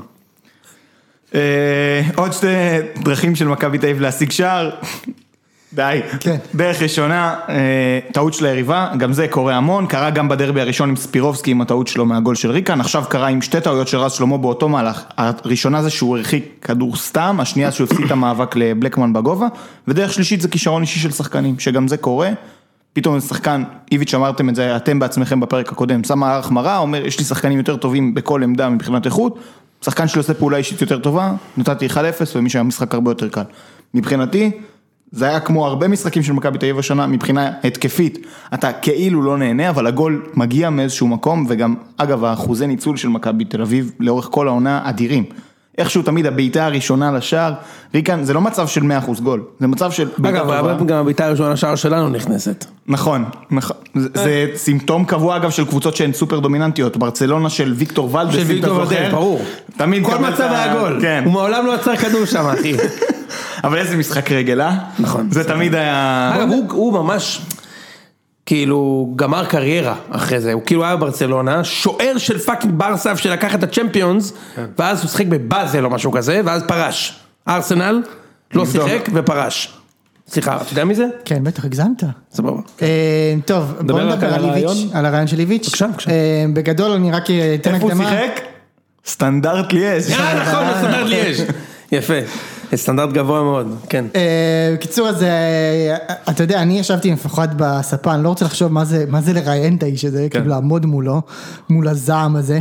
עוד שתי דרכים של מכבי תל אביב להשיג שער, די, דרך ראשונה, טעות של היריבה, גם זה קורה המון, קרה גם בדרבי הראשון עם ספירובסקי עם הטעות שלו מהגול של ריקן, עכשיו קרה עם שתי טעויות של רז שלמה באותו מהלך, הראשונה זה שהוא הרחיק כדור סתם, השנייה שהוא הפסיד את המאבק לבלקמן בגובה, ודרך שלישית זה כישרון אישי של שחקנים, שגם זה קורה, פתאום זה שחקן, איביץ' אמרתם את זה, אתם בעצמכם בפרק הקודם, שם מערך מראה, אומר יש לי שחקנים יותר טובים בכל עמדה מבחינת איכות, שחקן שלי עושה פעולה אישית יותר טובה, נתתי אחד אפס ומי שהיה משחק הרבה יותר קל. מבחינתי, זה היה כמו הרבה משחקים של מכבי תל אביב השנה, מבחינה התקפית, אתה כאילו לא נהנה, אבל הגול מגיע מאיזשהו מקום, וגם, אגב, האחוזי ניצול של מכבי תל אביב, לאורך כל העונה, אדירים. איכשהו תמיד הבעיטה הראשונה לשער, ריקן, זה לא מצב של מאה אחוז גול, זה מצב של בעיטה טובה. אגב, גם הבעיטה הראשונה לשער שלנו נכנסת. נכון, זה סימפטום קבוע, אגב, של קבוצות שהן סופר דומיננטיות, ברצלונה של ויקטור ולדס, של ויקטור ולדס, ברור. כל מצב היה גול, הוא מעולם לא עצר כדור שם, אחי. אבל איזה משחק רגל, אה? נכון. זה תמיד היה... אגב, הוא ממש, כאילו, גמר קריירה אחרי זה, הוא כאילו היה בברצלונה, שוער של פאקינג ברסה שלקח את הצ'מפיונס, ואז הוא שחק בבאזל או משהו כזה, ואז פרש. ארסנל לא שיחק ופרש. סליחה, אתה יודע מי זה? כן, בטח, הגזמת. סבבה. טוב, בוא נדבר על איביץ', על הרעיון של איביץ'. בבקשה, בבקשה. בגדול, אני רק אתן הקדמה. איפה הוא שיחק? סטנדרט ליאז'. אה, נכון, סטנדרט ליאז'. יפה. סטנדרט גבוה מאוד, כן. בקיצור, אז אתה יודע, אני ישבתי לפחות בספה, אני לא רוצה לחשוב מה זה לראיין את האיש הזה, כאילו לעמוד מולו, מול הזעם הזה,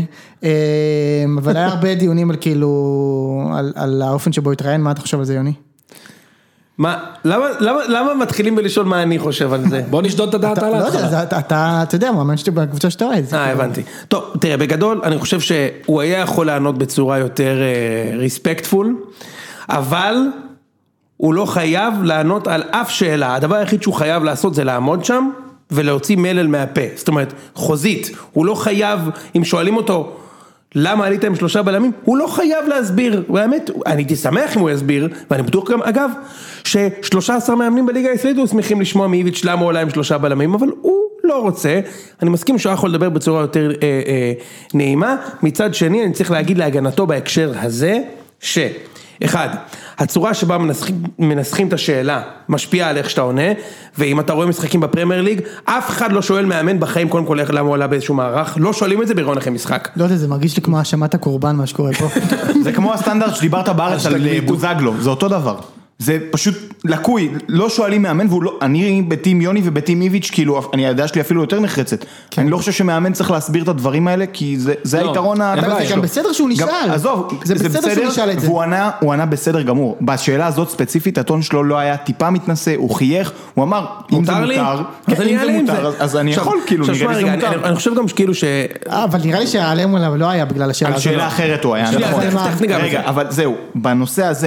אבל היה הרבה דיונים על כאילו, על האופן שבו התראיין, מה אתה חושב על זה, יוני? מה, למה מתחילים בלשאול מה אני חושב על זה? בוא נשדוד את הדעת על ההתחלה. לא יודע, אתה יודע, מאמן שאתה בקבוצה שאתה רואה את זה. אה, הבנתי. טוב, תראה, בגדול, אני חושב שהוא היה יכול לענות בצורה יותר ריספקטפול, אבל הוא לא חייב לענות על אף שאלה, הדבר היחיד שהוא חייב לעשות זה לעמוד שם ולהוציא מלל מהפה, זאת אומרת חוזית, הוא לא חייב, אם שואלים אותו למה עלית עם שלושה בלמים, הוא לא חייב להסביר, באמת, אני הייתי שמח אם הוא יסביר, ואני בטוח גם אגב, ששלושה עשר מאמנים בליגה הישראלית הוא שמחים לשמוע מאיביץ' למה עולה עם שלושה בלמים, אבל הוא לא רוצה, אני מסכים שהוא יכול לדבר בצורה יותר אה, אה, נעימה, מצד שני אני צריך להגיד להגנתו בהקשר הזה, ש... אחד, הצורה שבה מנסחים, מנסחים את השאלה משפיעה על איך שאתה עונה, ואם אתה רואה משחקים בפרמייר ליג, אף אחד לא שואל מאמן בחיים קודם כל למה הוא עלה באיזשהו מערך, לא שואלים את זה ברעיון אחרי משחק. לא יודע, זה מרגיש לי כמו האשמת הקורבן מה שקורה פה. זה כמו הסטנדרט שדיברת בארץ על בוזגלו, זה אותו דבר. זה פשוט לקוי, לא שואלים מאמן, אני בטים יוני ובטים איביץ', כאילו, אני יודע שלי אפילו יותר נחרצת. אני לא חושב שמאמן צריך להסביר את הדברים האלה, כי זה היתרון זה גם בסדר שהוא נשאל. עזוב, זה בסדר שהוא נשאל את זה. והוא ענה בסדר גמור. בשאלה הזאת ספציפית, הטון שלו לא היה טיפה מתנסה, הוא חייך, הוא אמר, אם זה מותר, אז אני יכול, כאילו, נראה לי זה מותר. אני חושב גם שכאילו ש... אבל נראה לי שהעלם לא היה בגלל השאלה הזאת. על שאלה אחרת הוא היה, נכון. רגע, אבל זהו, בנושא הזה,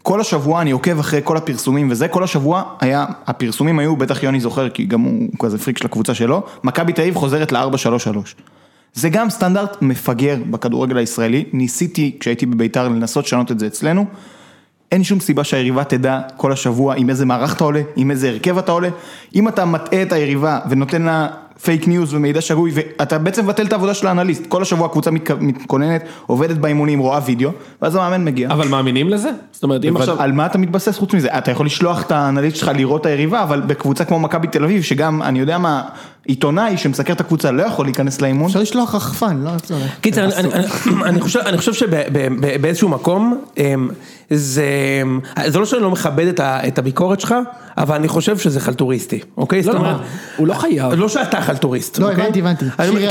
כל השבוע אני עוקב אחרי כל הפרסומים וזה, כל השבוע היה, הפרסומים היו, בטח יוני זוכר, כי גם הוא כזה פריק של הקבוצה שלו, מכבי תל אביב חוזרת ל-ארבע שלוש שלוש. זה גם סטנדרט מפגר בכדורגל הישראלי, ניסיתי כשהייתי בביתר לנסות לשנות את זה אצלנו, אין שום סיבה שהיריבה תדע כל השבוע עם איזה מערך אתה עולה, עם איזה הרכב אתה עולה, אם אתה מטעה את היריבה ונותן לה פייק ניוז ומידע שגוי, ואתה בעצם מבטל את העבודה של האנליסט, כל השבוע הקבוצה מתכוננת, עובדת באימונים, רואה וידאו, ואז המאמן מגיע. אבל מאמינים לזה? זאת אומרת, אם עכשיו... על מה אתה מתבסס חוץ מזה? אתה יכול לשלוח את האנליסט שלך לראות את היריבה, אבל בקבוצה כמו מכבי תל אביב, שגם, אני יודע מה, עיתונאי שמסקר את הקבוצה לא יכול להיכנס לאימון. אפשר לשלוח רחפן, לא? קיצר, אני חושב שבאיזשהו מקום, זה לא שאני לא מכבד את הביקורת שלך, אבל אני חושב שזה חלטוריסטי, אוקיי? לא, הוא לא חייב. לא שאתה חלטוריסט. לא, הבנתי, הבנתי.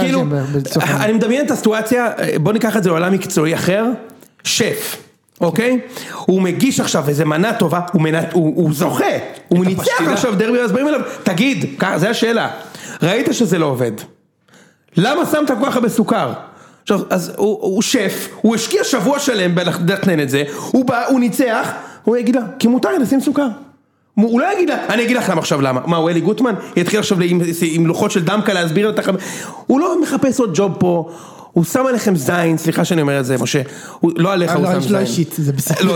אני מדמיין את הסיטואציה, בוא ניקח את זה לעולם מקצועי אחר, שף, אוקיי? הוא מגיש עכשיו איזה מנה טובה, הוא זוכה, הוא ניצח עכשיו דרבי, אז באים אליו, תגיד, זה השאלה, ראית שזה לא עובד, למה שמת כל כך הרבה סוכר? עכשיו, אז הוא שף, הוא השקיע שבוע שלם בלתנן את זה, הוא בא, הוא ניצח, הוא יגיד לה, כי מותר לשים סוכר. הוא לא יגיד לה, אני אגיד לך למה עכשיו למה, מה הוא אלי גוטמן, יתחיל עכשיו עם לוחות של דמקה להסביר את החבר, הוא לא מחפש עוד ג'וב פה, הוא שם עליכם זין, סליחה שאני אומר את זה, משה, לא עליך הוא שם זין. לא אישית, זה בסדר.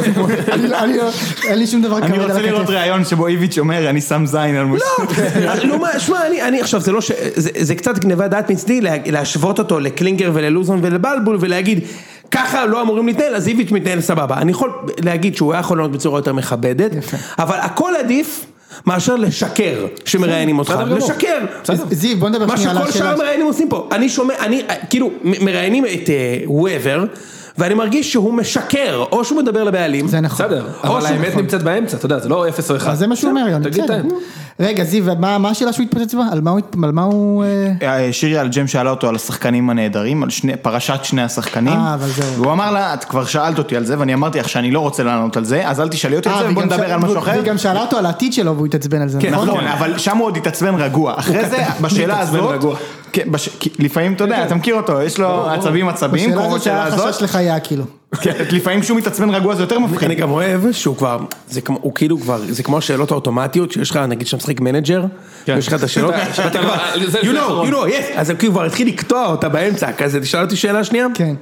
אין לי שום דבר כבד על הכתף. אני רוצה לראות ראיון שבו איביץ' אומר, אני שם זין על משה. לא, לא, שמע, אני עכשיו, זה לא ש... זה קצת גניבת דעת מצדי, להשוות אותו לקלינגר וללוזון ולבלבול, ולהגיד, ככה לא אמורים להתנהל, אז איביץ' מתנהל סבבה. אני יכול להגיד שהוא היה יכול לענות בצורה יותר מכבדת, אבל הכל עדיף מאשר לשקר שמראיינים אותך, לשקר. זיו, בוא נדבר שנייה על השאלה. מה שכל שאר מראיינים עושים פה, אני שומע, אני כאילו מראיינים את וובר, ואני מרגיש שהוא משקר, או שהוא מדבר לבעלים. זה נכון. בסדר, אבל האמת נמצאת באמצע, אתה יודע, זה לא אפס או אחד. זה מה שהוא אומר, יוני, בסדר. רגע, זיו, מה השאלה שהוא התפוצץ בה? על מה הוא... שירי על ג'ם שאלה אותו על השחקנים הנהדרים, על פרשת שני השחקנים. אה, אבל זהו. והוא אמר לה, את כבר שאלת אותי על זה, ואני אמרתי לך שאני לא רוצה לענות על זה, אז אל תשאלי אותי על זה, ובוא נדבר על משהו אחר. והיא גם שאלה אותו על העתיד שלו, והוא התעצבן על זה. נכון, אבל שם הוא עוד התעצבן רגוע. אחרי זה, בשאלה הזאת, לפעמים, אתה יודע, אתה מכיר אותו, יש לו עצבים עצבים, בשאלה הזאת שהחשש לך היה כאילו. לפעמים כשהוא מתעצבן רגוע זה יותר מפחיד. אני גם אוהב שהוא כבר, הוא כאילו כבר, זה כמו השאלות האוטומטיות, שיש לך, נגיד שם שחק מנג'ר, ויש לך את השאלות, ואתה כבר, you know, you know, yes, אז הוא כבר התחיל לקטוע אותה באמצע, כזה, תשאל אותי שאלה שנייה? כן.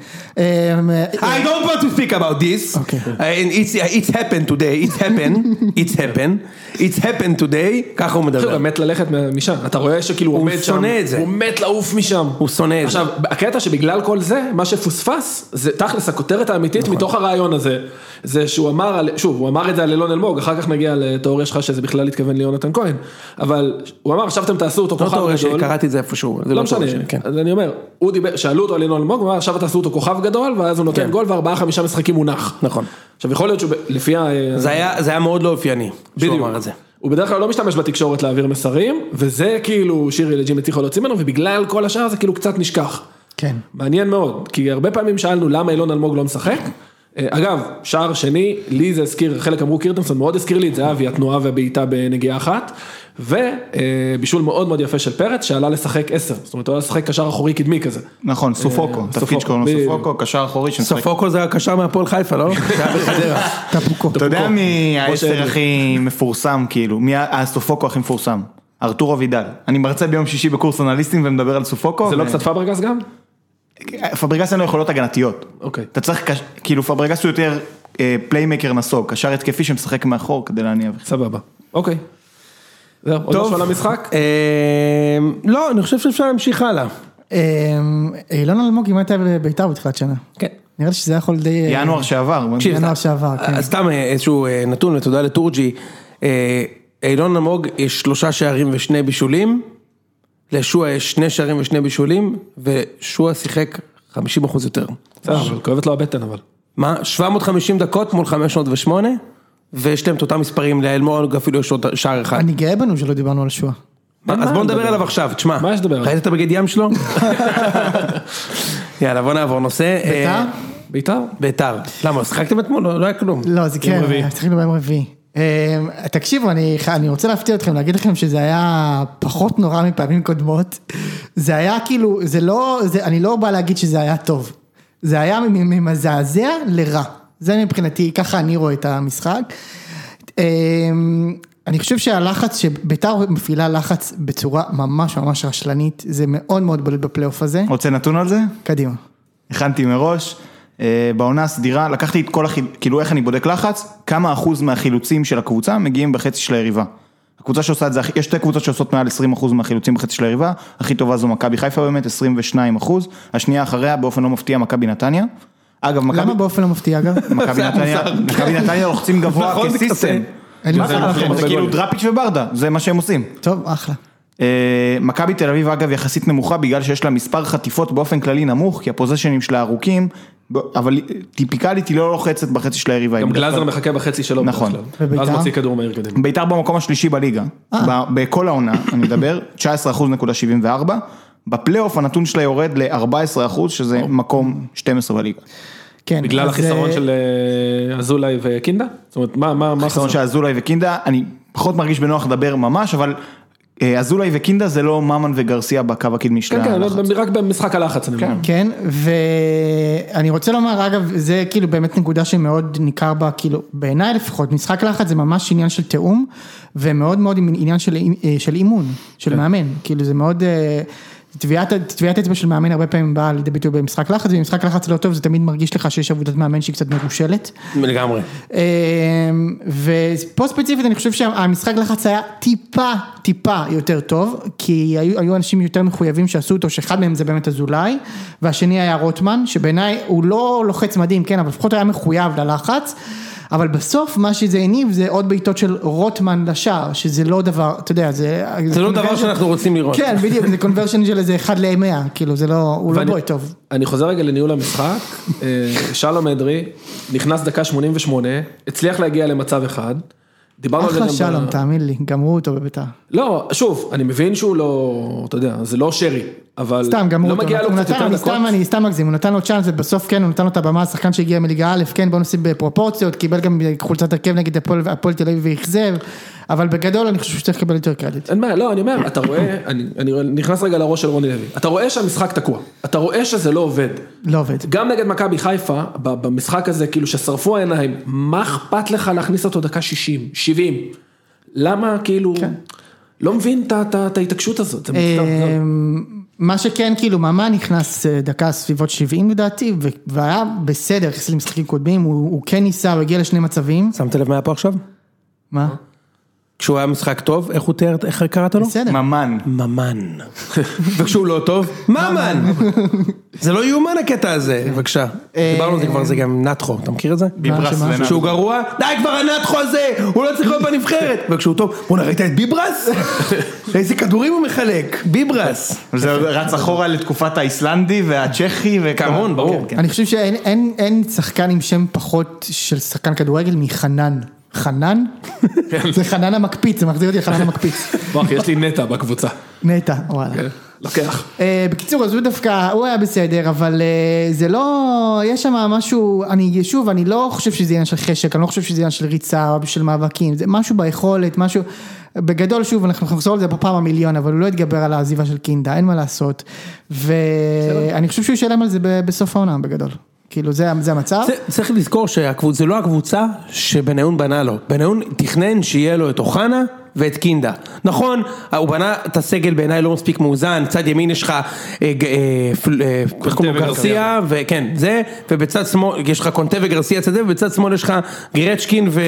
I don't want to speak about this, it's happened today, it's happened, it's happened, it's happened today, ככה הוא מדבר. הוא מת ללכת משם, אתה רואה שכאילו הוא מת שם, הוא מת לעוף משם. הוא שונא את זה. עכשיו, הקטע שבגלל כל זה, מה שפוספס, זה תכלס הכותרת האמיתית מתוך הרעיון הזה, זה שהוא אמר, שוב, הוא אמר את זה על אלון אלמוג, אחר כך נגיע לתיאוריה שלך שזה בכלל התכוון ליונתן כהן, אבל הוא אמר, עכשיו אתם תעשו אותו כוכב גדול. שקראתי את זה איפשהו. לא משנה, אז אני אומר, שאלו אותו על אלון אלמוג, הוא אמר, עכשיו תעשו אותו כוכב גדול, ואז הוא נותן גול, וארבעה חמישה משחקים הוא נח. נכון. עכשיו, יכול להיות שלפי ה... זה היה מאוד לא אופייני, שהוא אמר את זה. הוא בדרך כלל לא משתמש בתקשורת להעביר מסרים, וזה כאילו שירי לג'ים הצליחו להוציא ממנו, ובגלל כל השאר זה כאילו קצת נשכח. כן. מעניין מאוד, כי הרבה פעמים שאלנו למה אילון אלמוג לא משחק. אגב, שער שני, לי זה הזכיר, חלק אמרו קירטנסון, מאוד הזכיר לי את זה, אבי, התנועה והבעיטה בנגיעה אחת, ובישול מאוד מאוד יפה של פרץ, שעלה לשחק עשר, זאת אומרת, הוא עלה לשחק קשר אחורי קדמי כזה. נכון, סופוקו, תפקיד שקוראים לו סופוקו, קשר אחורי שמשחק. סופוקו זה הקשר מהפועל חיפה, לא? זה היה בחדרה. טפוקו. אתה יודע מי העשר הכי מפורסם, כאילו, מי הסופוקו הכי מפורסם? ארתורו וידל. אני מרצה ביום שישי בקורס אנליסטים ומדבר על סופוקו. זה לא קצת פאברגס גם? פאברגס אין לו יכולות הגנתיות. אוקיי. אתה צריך, כאילו פאברגס הוא יותר פליימקר נסוג, קשר התקפי שמשחק מאחור כדי להניע. סבבה. אוקיי. זהו, עוד משהו על המשחק? לא, אני חושב שאפשר להמשיך הלאה. אילון אלמוג אם הייתה בביתר בתחילת שנה. כן. נראה לי שזה יכול די... ינואר שעבר. ינואר שעבר, כן. סתם איזשהו נתון, ותודה לטורג'י, אילון אלמוג יש שלושה שערים ושני בישולים, לשועה יש שני שערים ושני בישולים, ושועה שיחק חמישים אחוז יותר. בסדר, כואבת לו הבטן אבל. מה? שבע מאות וחמישים דקות מול חמש מאות ושמונה, ויש להם את אותם מספרים לאלמוג, אפילו יש עוד שער אחד. אני גאה בנו שלא דיברנו על שועה. אז בוא נדבר עליו עכשיו, תשמע. מה יש לדבר? ראית את הבגד ים שלו? יאללה, בוא נעבור נושא. ביתר? ביתר? ביתר. למה, שחקתם אתמול? לא היה כלום. לא, זה כן, שחקנו ביום רביעי. תקשיבו, אני רוצה להפתיע אתכם, להגיד לכם שזה היה פחות נורא מפעמים קודמות. זה היה כאילו, זה לא, אני לא בא להגיד שזה היה טוב. זה היה ממזעזע לרע. זה מבחינתי, ככה אני רואה את המשחק. אני חושב שהלחץ, שביתר מפעילה לחץ בצורה ממש ממש רשלנית, זה מאוד מאוד בולט בפלייאוף הזה. רוצה נתון על זה? קדימה. הכנתי מראש, בעונה הסדירה, לקחתי את כל, כאילו איך אני בודק לחץ, כמה אחוז מהחילוצים של הקבוצה מגיעים בחצי של היריבה. הקבוצה שעושה את זה, יש שתי קבוצות שעושות מעל עשרים אחוז מהחילוצים בחצי של היריבה, הכי טובה זו מכבי חיפה באמת, עשרים ושניים אחוז, השנייה אחריה באופן לא מפתיע מכבי נתניה. אגב, מכבי... למה באופן לא מפתיע אגב? מכבי נתניה, מכבי נתניה לוחצים גבוה כסיסטם. זה כאילו דראפיץ' וברדה, זה מה שהם עושים. טוב, אחלה. מכבי תל אביב אגב יחסית נמוכה בגלל שיש לה מספר חטיפות באופן כללי נמוך, כי הפוזישנים שלה ארוכים, אבל טיפיקלית היא לא לוחצת בחצי של היריבה. גם גלאזר מחכה בחצי שלו. נכון. ואז מוציא כדור מהיר קדימה. ביתר במקום השלישי בליגה, בכל העונה, אני מדבר, תשע עשרה אחוז נקודה שבעים וארבע, בפלייאוף הנתון שלה יורד ל-ארבע עשרה אחוז, שזה מקום שתים עשרה בליגה. כן. בגלל החיסרון של אזולאי וקינדה? זאת אומרת, מה, מה, מה החיסרון של אזולאי וקינדה, אני פחות מרגיש בנוח לדבר ממש, אבל אזולאי וקינדה זה לא ממן וגרסיה בקו הקדמי של הלחץ. כן, כן, רק במשחק הלחץ. כן, ואני רוצה לומר, אגב, זה כאילו באמת נקודה שמאוד ניכר בה, כאילו, בעיניי לפחות, משחק לחץ זה ממש עניין של תאום, ומאוד מאוד עניין של אימון, של מאמן, כאילו זה מאוד... תביעת אצבע של מאמן הרבה פעמים באה לידי ביטוי במשחק לחץ, ובמשחק לחץ לא טוב, זה תמיד מרגיש לך שיש עבודת מאמן שהיא קצת מרושלת. לגמרי. ופה ספציפית אני חושב שהמשחק לחץ היה טיפה, טיפה יותר טוב, כי היו, היו אנשים יותר מחויבים שעשו אותו, שאחד מהם זה באמת אזולאי, והשני היה רוטמן, שבעיניי הוא לא לוחץ מדהים, כן, אבל לפחות היה מחויב ללחץ, אבל בסוף מה שזה הניב זה עוד בעיטות של רוטמן לשער, שזה לא דבר, אתה יודע, זה... זה לא דבר שאנחנו רוצים לראות. כן, בדיוק, זה קונברשן של איזה אחד למאה, כאילו זה לא, הוא לא בועט טוב. אני חוזר רגע לניהול המשחק, שלום אדרי, נכנס דקה שמונים ושמונה, הצליח להגיע למצב אחד, דיברנו על זה גם... אחלה שלום, תאמין לי, גמרו אותו בביתר. לא, שוב, אני מבין שהוא לא, אתה יודע, זה לא שרי, אבל סתם, גמרו לא אותו. מגיע לו קצת יותר דקות. סתם, אני סתם מגזים, הוא נתן לו צ'אנס, ובסוף כן, הוא נתן לו את הבמה, השחקן שהגיע מליגה א', כן, בוא נשים בפרופורציות, קיבל גם חולצת הרכב נגד הפועל תל אביב ויחזב, אבל בגדול אני חושב שצריך לקבל יותר קרדיט. אין מה, לא, אני אומר, אתה רואה, אני, אני נכנס רגע לראש של רוני לוי, אתה רואה שהמשחק תקוע, אתה רואה שזה לא עובד. לא עובד. גם נגד מכבי חיפה, במשחק הזה, כאילו ששרפו העיניים, מה אכפת לך להכניס אותו דקה שישים, שבעים? למה כאילו, לא מבין את ההתעקשות הזאת, זה מוצטר. מה שכן, כאילו, מאמה נכנס דקה סביבות שבעים לדעתי, והיה בסדר, יחסית למשחקים קודמים, הוא כן ניסה, הוא הגיע לשני מצבים. שמת לב מה היה פה עכשיו? מה? כשהוא היה משחק טוב, איך הוא תיאר, איך קראת לו? בסדר. ממן. ממן. וכשהוא לא טוב, ממן. זה לא יאומן הקטע הזה, בבקשה. דיברנו על זה כבר, זה גם נתחו, אתה מכיר את זה? ביברס לנתחו. כשהוא גרוע, די כבר הנתחו הזה, הוא לא צריך להיות בנבחרת. וכשהוא טוב, בוא נראית את ביברס? איזה כדורים הוא מחלק, ביברס. זה רץ אחורה לתקופת האיסלנדי והצ'כי וכמון, ברור. אני חושב שאין שחקן עם שם פחות של שחקן כדורגל מחנן. חנן? זה חנן המקפיץ, זה מחזיר אותי לחנן המקפיץ. בואי, יש לי נטע בקבוצה. נטע, וואלה. לוקח. בקיצור, אז הוא דווקא, הוא היה בסדר, אבל זה לא, יש שם משהו, אני שוב, אני לא חושב שזה עניין של חשק, אני לא חושב שזה עניין של ריצה או של מאבקים, זה משהו ביכולת, משהו, בגדול שוב, אנחנו נחזור על זה בפעם המיליון, אבל הוא לא יתגבר על העזיבה של קינדה, אין מה לעשות, ואני חושב שהוא ישלם על זה בסוף העונה, בגדול. כאילו זה, זה המצב. צריך לזכור שזה לא הקבוצה שבניון בנה לו. בניון תכנן שיהיה לו את אוחנה ואת קינדה. נכון, הוא בנה את הסגל בעיניי לא מספיק מאוזן, צד ימין יש לך גרסיה, וכן, זה, ובצד שמאל, יש לך קונטה וגרסיה צד זה, ובצד שמאל יש לך גרצ'קין ו...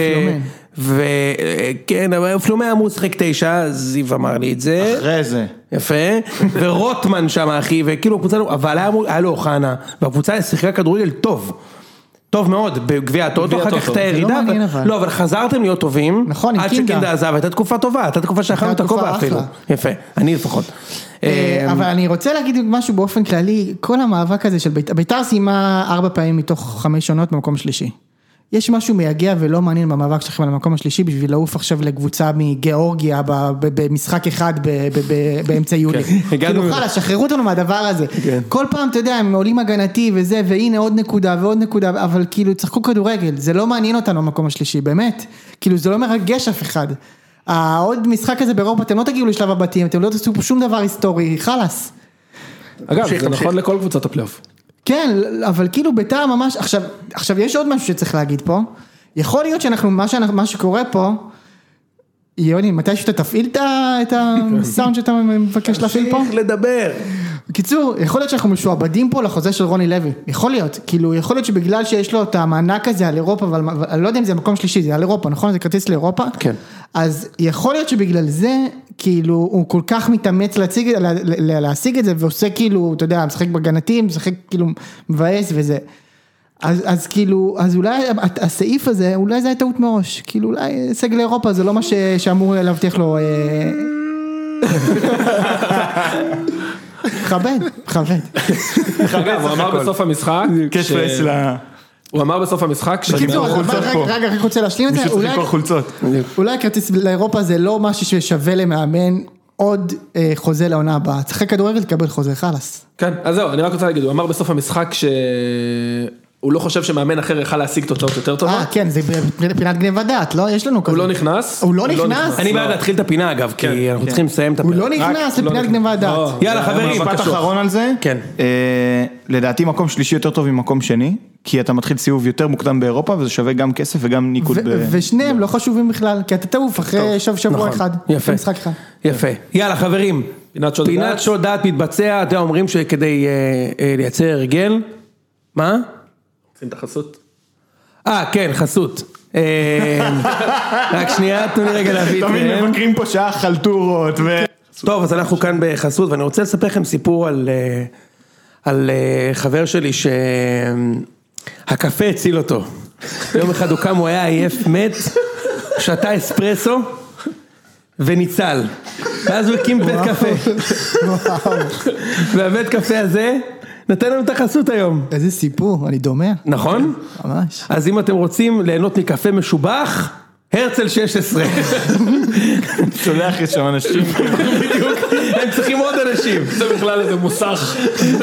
וכן, פלומי אמור שחק תשע, זיו אמר לי את זה. אחרי זה. יפה, ורוטמן שם אחי, וכאילו הקבוצה, אבל היה לו אוחנה, והקבוצה שיחקה כדורגל טוב. טוב מאוד, בגביע הטוטו, אחר כך את הירידה, לא, אבל חזרתם להיות טובים, עד שקינדה עזב, הייתה תקופה טובה, הייתה תקופה שאחרת את הכובע אפילו, יפה, אני לפחות. אבל אני רוצה להגיד משהו באופן כללי, כל המאבק הזה של ביתר סיימה ארבע פעמים מתוך חמש עונות במקום שלישי. יש משהו מייגע ולא מעניין במאבק שלכם על המקום השלישי, בשביל לעוף עכשיו לקבוצה מגיאורגיה במשחק אחד באמצע יולי. כאילו חלה, שחררו אותנו מהדבר הזה. כל פעם, אתה יודע, הם עולים הגנתי וזה, והנה עוד נקודה ועוד נקודה, אבל כאילו צחקו כדורגל, זה לא מעניין אותנו במקום השלישי, באמת. כאילו זה לא מרגש אף אחד. העוד משחק הזה באירופה, אתם לא תגיעו לשלב הבתים, אתם לא תעשו שום דבר היסטורי, חלס. אגב, זה נכון לכל קבוצת הפלייאוף. כן, אבל כאילו ביתר ממש, עכשיו, עכשיו יש עוד משהו שצריך להגיד פה, יכול להיות שאנחנו, מה, שאנחנו, מה שקורה פה, יוני, מתי שאתה תפעיל את הסאונד שאתה מבקש להפעיל פה? תמשיך לדבר. בקיצור, יכול להיות שאנחנו משועבדים פה לחוזה של רוני לוי, יכול להיות, כאילו, יכול להיות שבגלל שיש לו את המענק הזה על אירופה, אבל אני לא יודע אם זה מקום שלישי, זה על אירופה, נכון? זה כרטיס לאירופה? כן. אז יכול להיות שבגלל זה, כאילו, הוא כל כך מתאמץ להציג, להשיג את זה, ועושה כאילו, אתה יודע, משחק בגנתים, משחק כאילו מבאס וזה. אז, אז כאילו, אז אולי הסעיף הזה, אולי זה היה טעות מראש, כאילו אולי סגל אירופה זה לא מה ש, שאמור להבטיח לו, חבד, חבד. הוא אמר בסוף המשחק, הוא אמר בסוף המשחק, רגע, רק רוצה להשלים את זה, אולי כרטיס לאירופה זה לא משהו ששווה למאמן, עוד חוזה לעונה הבאה, צריך כדורגל לקבל חוזה, חלס. כן, אז זהו, אני רק רוצה להגיד, הוא אמר בסוף המשחק ש... הוא לא חושב שמאמן אחר יכל להשיג תוצאות יותר טובה. אה, כן, זה פינת גניבת דעת, לא? יש לנו כזה. הוא לא נכנס. הוא לא נכנס. אני בעד להתחיל את הפינה אגב, כי אנחנו צריכים לסיים את הפינה. הוא לא נכנס לפינת גניבת דעת. יאללה חברים. משפט אחרון על זה. כן. לדעתי מקום שלישי יותר טוב ממקום שני, כי אתה מתחיל סיבוב יותר מוקדם באירופה, וזה שווה גם כסף וגם ניקוד. ושניהם לא חשובים בכלל, כי אתה תעוף אחרי שבוע אחד. יפה. משחק אחד. יפה. יאללה חברים. פינת שוד דעת מתבצע, אתם אומרים שכדי לייצר הרגל, מה? את החסות? אה, כן, חסות. רק שנייה, תנו לי רגע להביא את זה. תמיד מבקרים פה שעה חלטורות. טוב, אז אנחנו כאן בחסות, ואני רוצה לספר לכם סיפור על, על חבר שלי שהקפה הציל אותו. יום אחד הוא קם, הוא היה עייף, מת, שתה אספרסו וניצל. ואז הוא הקים בית קפה. והבית קפה הזה... נתן לנו את החסות היום. איזה סיפור, אני דומה. נכון? ממש. אז אם אתם רוצים ליהנות מקפה משובח, הרצל שש עשרה. שולח יש שם אנשים. בדיוק, הם צריכים עוד אנשים. זה בכלל איזה מוסך.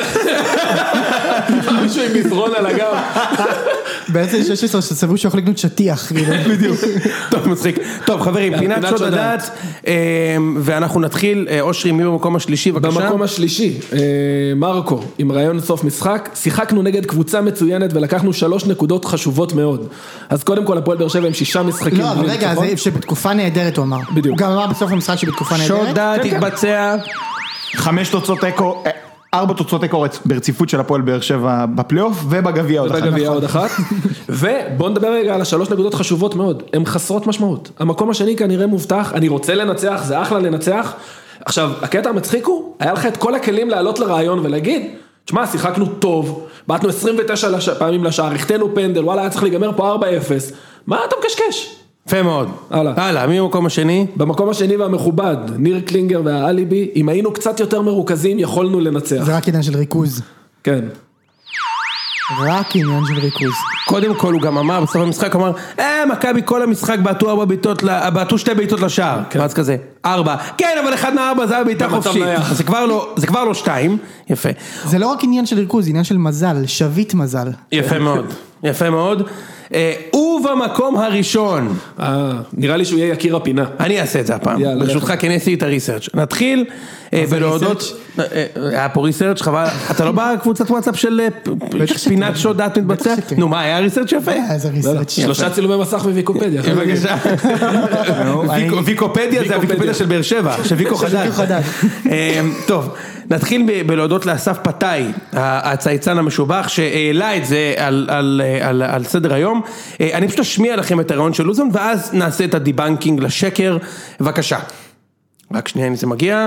מישהו עם מזרון על הגב. בעצם שש עשרה שסברו שיכול לקנות שטיח. בדיוק. טוב, מצחיק. טוב, חברים, פינת שוד הדעת, ואנחנו נתחיל, אושרי, מי במקום השלישי, בבקשה? במקום השלישי, מרקו, עם רעיון סוף משחק, שיחקנו נגד קבוצה מצוינת, ולקחנו שלוש נקודות חשובות מאוד. אז קודם כל, הפועל באר שבע עם שישה משחקים. לא, אבל רגע, זה שבתקופה נהדרת הוא אמר. בדיוק. הוא גם אמר בסוף המשחק שבתקופה נהדרת. שוד דעת יתבצע. חמש תוצאות אקו, ארבע תוצאות אקו ברציפות של הפועל באר שבע בפלייאוף, ובגביע עוד אחת. ובגביע עוד אחת. ובוא נדבר רגע על השלוש נקודות חשובות מאוד. הן חסרות משמעות. המקום השני כנראה מובטח, אני רוצה לנצח, זה אחלה לנצח. עכשיו, הקטע המצחיק הוא, היה לך את כל הכלים לעלות לרעיון ולהגיד, תשמע, שיחקנו טוב, בעטנו עשרים ותשע פעמים לשער, החטאנו פנדל, וואלה, היה צריך להיגמר פה ארבע אפס. מה אתה מקשקש? יפה מאוד. הלאה. הלאה, מי במקום השני? במקום השני והמכובד, ניר קלינגר והאליבי, אם היינו קצת יותר מרוכזים, יכולנו לנצח. זה רק עניין של ריכוז. כן. רק עניין של ריכוז. קודם כל הוא גם אמר, בסוף המשחק אמר, אה, מכבי כל המשחק בעטו ארבע בעיטות, בעטו שתי בעיטות לשער. אז כזה, ארבע. כן, אבל אחד מהארבע זה היה בעיטה חופשית. אז זה כבר לא, זה כבר לא שתיים. יפה. זה לא רק עניין של ריכוז, זה עניין של מזל, שביט מזל. יפה מאוד. יפה מאוד. ובמקום הראשון. נראה לי שהוא יהיה יקיר הפינה. אני אעשה את זה הפעם. ברשותך כנסי את הריסרצ'. נתחיל בלהודות. היה פה ריסרצ' חבל. אתה לא בקבוצת וואטסאפ של פינת שוד דעת מתבצע? נו מה, היה ריסרצ' יפה? איזה ריסרצ'. שלושה צילומי מסך וויקופדיה. בבקשה. ויקופדיה זה הוויקופדיה של באר שבע. של ויקו חדש. טוב. נתחיל בלהודות לאסף פתאי, הצייצן המשובח, שהעלה את זה על, על, על, על סדר היום. אני פשוט אשמיע לכם את הרעיון של לוזון, ואז נעשה את הדיבנקינג לשקר. בבקשה. רק שנייה, אם זה מגיע.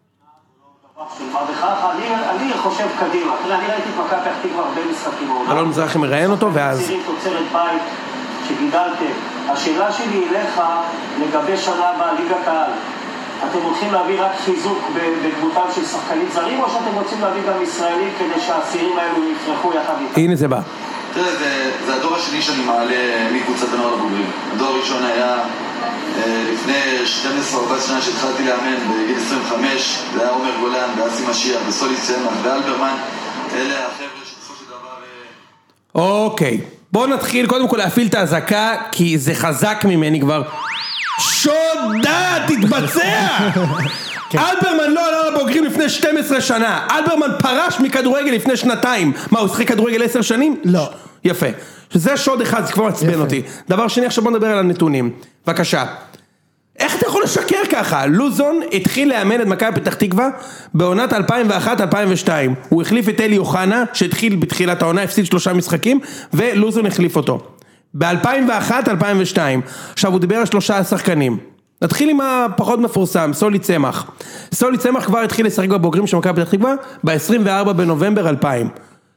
אני חושב קדימה. אני ראיתי את מכבי פתח תקווה הרבה משחקים. אלון מזרחי מראיין אותו, ואז... תוצרת בית שגידלתם. השאלה שלי אליך לגבי שנה הבאה, ליגת העל. אתם הולכים להביא רק חיזוק בדמותם של שחקנים זרים, או שאתם רוצים להביא גם ישראלים כדי שהצעירים האלו יפרחו יחד איתם? הנה זה בא. תראה, זה הדור השני שאני מעלה מקבוצת הנוער לבוגרים. הדור הראשון היה לפני שתים עשרה ארבע עשרה שנה שהתחלתי לאמן בגיל עשרים וחמש, זה היה עומר גולן, באסי משיח, בסולי צמח, באלברמן. אלה החבר'ה שבסופו של דבר... אוקיי, בואו נתחיל קודם כל להפעיל את ההזקה, כי זה חזק ממני כבר. שוד דעת תתבצע! אלברמן לא עלה לבוגרים לפני שתים עשרה שנה, אלברמן פרש מכדורגל לפני שנתיים, מה הוא שחק כדורגל עשר שנים? לא. יפה, שזה שוד אחד, זה כבר מצבן אותי. דבר שני, עכשיו בוא נדבר על הנתונים, בבקשה. איך אתה יכול לשקר ככה? לוזון התחיל לאמן את מכבי פתח תקווה בעונת אלפיים ואחת אלפיים ושתיים. הוא החליף את אלי אוחנה, שהתחיל בתחילת העונה, הפסיד שלושה משחקים, ולוזון החליף אותו. ב-אלפיים ואחת אלפיים ושתיים. עכשיו הוא דיבר על שלושה שחקנים. נתחיל עם הפחות מפורסם, סולי צמח. סולי צמח כבר התחיל לשחק בבוגרים של מכבי פתח תקווה ב-עשרים וארבעה בנובמבר אלפיים.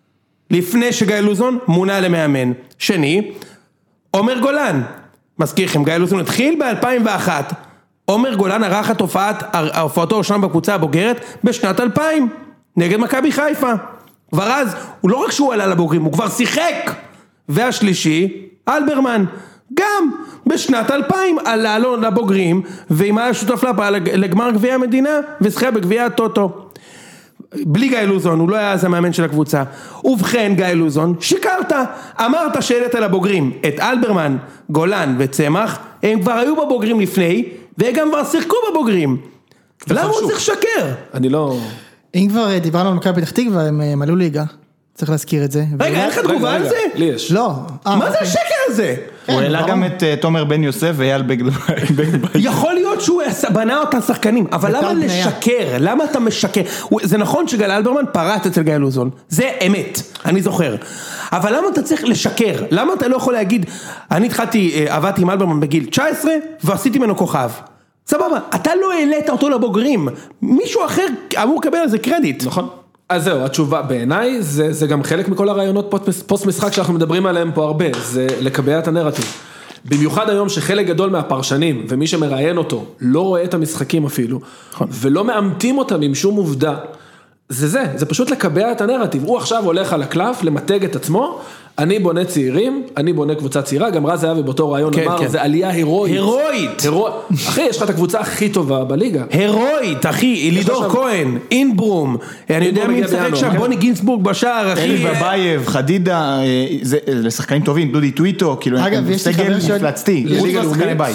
לפני שגיא לוזון מונה למאמן. שני, עומר גולן. מזכיר לכם, גיא לוזון התחיל ב-אלפיים ואחת. עומר גולן ערך את הופעתו הראשונה בקבוצה הבוגרת בשנת אלפיים. נגד מכבי חיפה. כבר אז, הוא לא רק שהוא עלה לבוגרים, הוא כבר שיחק. והשלישי, אלברמן. גם בשנת אלפיים עלה לו לבוגרים, ועם היה שותף לה לגמר גביע המדינה, ושחק בגביע הטוטו. בלי גיא לוזון, הוא לא היה אז המאמן של הקבוצה. ובכן גיא לוזון, שיקרת, אמרת שהעלית לבוגרים את אלברמן, גולן וצמח, הם כבר היו בבוגרים לפני, והם גם כבר שיחקו בבוגרים. למה הוא צריך לשקר? אני לא... אם כבר דיברנו על מכבי פתח תקווה, הם עלו ליגה, צריך להזכיר את זה. רגע, אין לך תגובה על זה? לי יש. לא. מה זה השקר הזה? הוא העלה גם את תומר בן יוסף ואייל בגבאי. יכול להיות שהוא בנה אותם שחקנים, אבל למה לשקר? למה אתה משקר? זה נכון שגל אלברמן פרט אצל גיא לוזון, זה אמת, אני זוכר. אבל למה אתה צריך לשקר? למה אתה לא יכול להגיד, אני התחלתי, עבדתי עם אלברמן בגיל תשע עשרה, ועשיתי ממנו כוכב. סבבה, אתה לא העלית אותו לבוגרים, מישהו אחר אמור לקבל על זה קרדיט. נכון. אז זהו, התשובה בעיניי, זה, זה גם חלק מכל הרעיונות פוסט משחק שאנחנו מדברים עליהם פה הרבה, זה לקבע את הנרטיב. במיוחד היום שחלק גדול מהפרשנים, ומי שמראיין אותו, לא רואה את המשחקים אפילו, ולא מאמתים אותם עם שום עובדה, זה זה, זה פשוט לקבע את הנרטיב. הוא עכשיו הולך על הקלף, למתג את עצמו, אני בונה צעירים, אני בונה קבוצה צעירה, גם רז זהבי באותו רעיון כן, אמר, כן. זה עלייה הירואית. הירואית. הירואית. אחי, יש לך את הקבוצה הכי טובה בליגה. הירואית, אחי, אלידור כהן, אינברום, אני יודע מי משחק שם, בוני גינסבורג בשער, אחי. אלי ובייב, חדידה, זה לשחקנים טובים, דודי טוויטו, כאילו, סגל מפלצתי, ליגה לשחקני בית.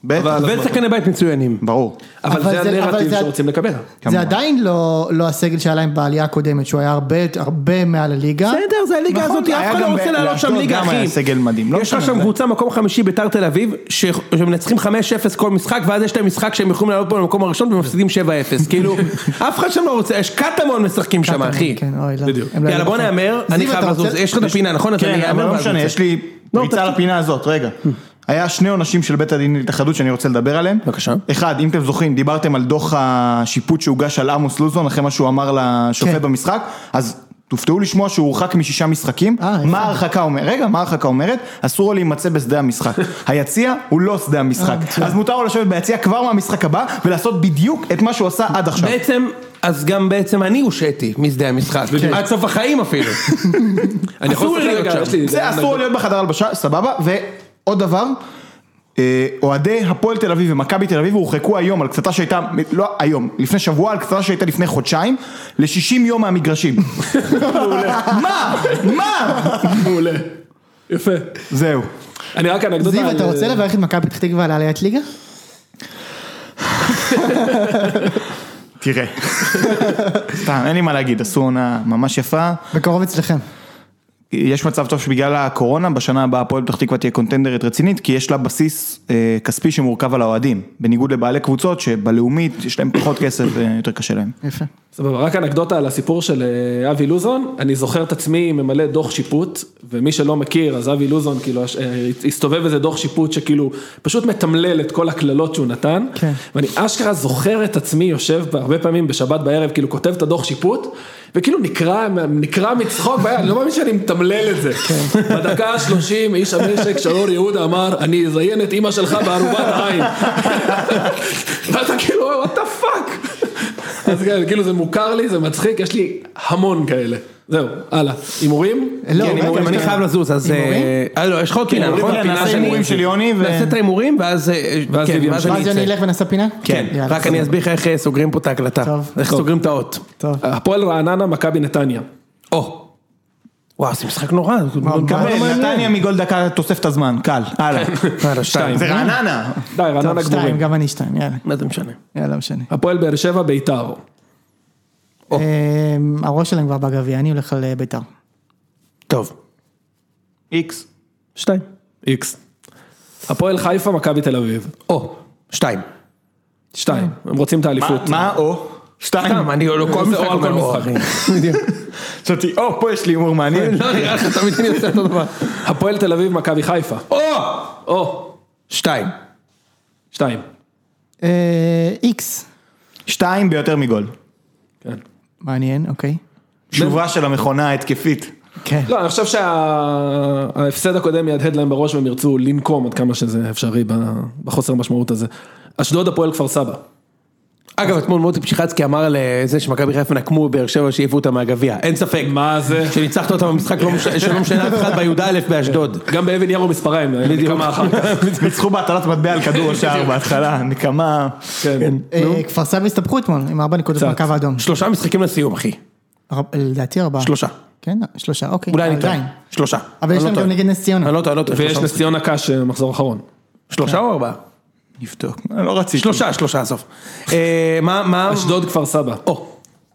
ושחקני בית מצוינים. ברור. אבל זה הנרטיב שרוצים לקבל. זה עדיין לא הסגל שהיה להם בעלייה הקודמת, שהוא היה הרבה מעל הליגה. בסדר, זה הליגה הזאת, אף אחד לא רוצה לעלות שם ליגה, אחי. יש לך שם קבוצה מקום חמישי בית"ר תל אביב, שמנצחים חמש אפס כל משחק, ואז יש להם משחק שהם יכולים לעלות פה למקום הראשון, ומפסידים שבע אפס. כאילו, אף אחד שם לא רוצה, יש קטמון משחקים שם, אחי. יאללה, בוא נאמר, אני חייב לזוז, יש לך את הפינה, נכון? כן, אבל לא משנה, יש לי פריצה לפינה הזאת, רגע. היה שני עונשים של בית הדין להתאחדות שאני רוצה לדבר עליהם. בבקשה. אחד, אם אתם זוכרים, דיברתם על דוח השיפוט שהוגש על עמוס לוזון, אחרי מה שהוא אמר לשופט במשחק, אז תופתעו לשמוע שהוא הורחק משישה משחקים. מה ההרחקה אומרת? רגע, מה ההרחקה אומרת? אסור לו להימצא בשדה המשחק. היציע הוא לא שדה המשחק. אז מותר לו לשבת ביציע כבר מהמשחק הבא, ולעשות בדיוק את מה שהוא עשה עד עכשיו. בעצם, אז גם בעצם אני הושעתי משדה המשחק. עד סוף החיים אפילו. אסור להיות שם. זה אסור להיות בחדר הלבשה, סבבה, ועוד דבר, אוהדי הפועל תל אביב ומכבי תל אביב הורחקו היום על קצתה שהייתה, לא היום, לפני שבוע, על קצתה שהייתה לפני חודשיים, ל-שישים יום מהמגרשים. מה? מה? מעולה. יפה. זהו. אני רק אנקדוטה... זיו, אתה רוצה לברך את מכבי פתח תקווה לעליית ליגה? תראה. סתם, אין לי מה להגיד, עשו עונה ממש יפה. בקרוב אצלכם. יש מצב טוב שבגלל הקורונה, בשנה הבאה הפועל פתח תקווה תהיה קונטנדרית רצינית, כי יש לה בסיס אה, כספי שמורכב על האוהדים, בניגוד לבעלי קבוצות שבלאומית יש להם פחות כסף ויותר קשה להם. יפה. סבבה, רק אנקדוטה על הסיפור של אבי לוזון, אני זוכר את עצמי ממלא דוח שיפוט, ומי שלא מכיר, אז אבי לוזון כאילו הסתובב איזה דוח שיפוט שכאילו פשוט מתמלל את כל הכללות שהוא נתן, כן. ואני אשכרה זוכר את עצמי יושב הרבה פעמים בשבת בערב, כאילו כותב את הדוח שיפוט, וכאילו נקרא, נקרא מצחוק, אני לא מאמין שאני מתמלל את זה. בדקה ה-שלושים, איש המשק, שלור יהודה אמר, אני אזיין את אמא שלך בערובת העין. ואתה כאילו, what the fuck? אז כאילו זה מוכר לי, זה מצחיק, יש לי המון כאלה. זהו, הלאה. הימורים? לא, אני חייב לזוז, אז... לא, יש לך עוד פינה, נכון? נעשה הימורים של יוני ו... נעשה את ההימורים, ואז... ואז יוני ילך ונעשה פינה? כן, רק אני אסביר איך סוגרים פה את ההקלטה. איך סוגרים את האות. הפועל רעננה, מכבי נתניה. או. וואו, זה משחק נורא. נתניה מגול דקה תוסף את הזמן, קל. הלאה. שתיים. זה רעננה. די, רעננה גבורים. גם אני שתיים, יאללה. מה זה משנה? יאללה, משנה. הפועל באר שבע ביתר. הראש שלהם כבר בגביע, אני הולך על ביתר. טוב. איקס. שתיים. איקס. הפועל חיפה, מכבי תל אביב. או, שתיים. שתיים. הם רוצים את האליפות. מה או? שתיים. סתם, אני לא כל משחק או על כל משחק. חשבתי, או, פה יש לי הימור מעניין. לא נראה לך, תמיד אני עושה אותו דבר. הפועל תל אביב, מכבי חיפה. או! או. שתיים. שתיים. איקס. שתיים ביותר מגול. כן. מעניין, אוקיי. שובה של המכונה ההתקפית. כן. לא, אני חושב שההפסד הקודם ידהד להם בראש והם ירצו לנקום עד כמה שזה אפשרי בחוסר משמעות הזה. אשדוד, הפועל כפר סבא. אגב, אתמול מוטי פשיחצקי אמר לזה שמכבי חיפה נקמו באר שבע שהעיפו אותה מהגביע. אין ספק. מה זה? שניצחת אותה במשחק שלא משנה אף אחד בי"א באשדוד. גם באבן ירו מספריים, נקמה אחר כך. ניצחו בהטלת מטבע על כדור השער בהתחלה, נקמה. כן. כפר סבא הסתבכו אתמול, עם ארבע נקודות מהקו האדום. שלושה משחקים לסיום, אחי. לדעתי ארבעה. שלושה. כן, שלושה, אוקיי. אולי אני טועה. שלושה. אבל יש להם גם נגד נס ציונה. אני לא טועה, אני לא טועה. ויש נס ציונה קש מחזור אחרון. שלושה או ארבעה? נבדוק, לא רציתי. שלושה, שלושה, הסוף. מה, מה? אשדוד כפר סבא. או.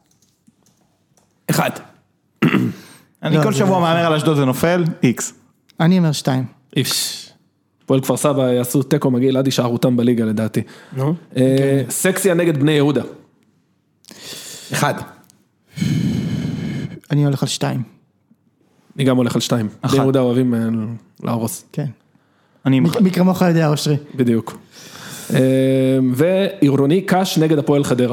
אחד. אני כל שבוע מאמר על אשדוד ונופל, איקס. אני אומר שתיים. איפש. פועל כפר סבא יעשו טקו מגיל עד הישארותם בליגה לדעתי. סקסיה נגד בני יהודה. אחד. אני הולך על שתיים. אני גם הולך על שתיים. בני יהודה אוהבים להרוס. כן. אני מי כמוך יודע, אושרי. בדיוק. ועירוני קש נגד הפועל חדרה.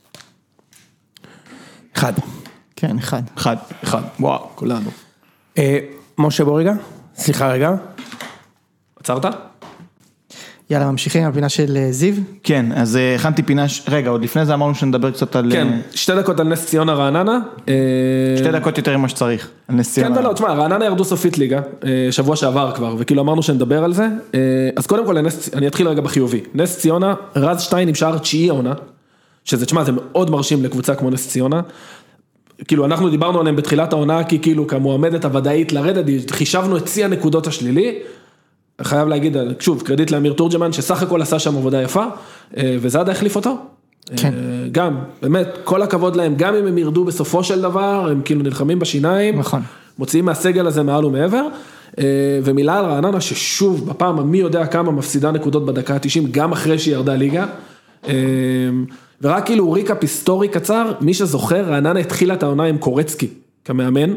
אחד. כן, אחד. אחד. אחד. וואו. כולנו. משה בוא רגע. סליחה רגע. עצרת? יאללה, ממשיכים על פינה של זיו. כן, אז הכנתי פינה, רגע, עוד לפני זה אמרנו שנדבר קצת על... כן, שתי דקות על נס ציונה רעננה. שתי דקות יותר ממה שצריך, על נס ציונה. כן ולא, תשמע, רעננה ירדו סופית ליגה, שבוע שעבר כבר, וכאילו אמרנו שנדבר על זה. אז קודם כל, אני אתחיל רגע בחיובי. נס ציונה, רז שטיין נשאר תשיעי העונה, שזה, תשמע, זה מאוד מרשים לקבוצה כמו נס ציונה. כאילו, אנחנו דיברנו עליהם בתחילת העונה, כי כאילו, כמועמדת הוודאית לרדת, חישבנו את צי הנקודות השלילי. חייב להגיד, שוב, קרדיט לאמיר תורג'מן, שסך הכל עשה שם עבודה יפה, וזאדה החליף אותו. כן. גם, באמת, כל הכבוד להם, גם אם הם ירדו בסופו של דבר, הם כאילו נלחמים בשיניים, נכון. מוציאים מהסגל הזה מעל ומעבר, ומילה על רעננה, ששוב, בפעם המי יודע כמה מפסידה נקודות בדקה ה-תשעים, גם אחרי שהיא ירדה ליגה, ורק כאילו ריקאפ היסטורי קצר, מי שזוכר, רעננה התחילה את העונה עם קורצקי, כמאמן,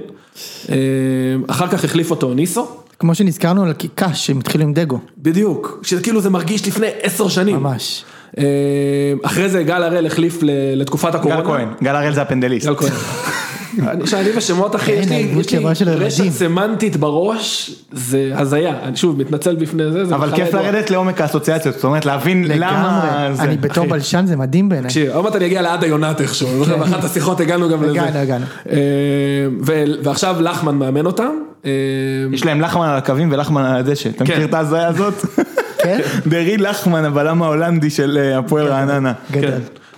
אחר כך החליף אותו ניסו, כמו שנזכרנו על קש, שהם התחילו עם דגו. בדיוק, שכאילו זה מרגיש לפני עשר שנים. ממש. אחרי זה גל הראל החליף לתקופת הקורונה. גל כהן, גל הראל זה הפנדליסט. גל כהן. שאני ושמות אחי, יש לי רשת סמנטית בראש, זה הזיה. אני שוב מתנצל בפני זה. אבל כיף לרדת לעומק האסוציאציות, זאת אומרת להבין למה זה. אני בתור בלשן זה מדהים בעיניי. תקשיב, עוד מעט אני אגיע לעד היונת איכשהו, ואחת השיחות הגענו גם לזה. הגענו, הגענו. ועכשיו לחמן מאמן אותם. יש להם לחמן על הקווים ולחמן על הדשא, אתה מכיר את ההזיה הזאת? כן? דרי לחמן, הבלם ההולנדי של הפועל רעננה. גדל.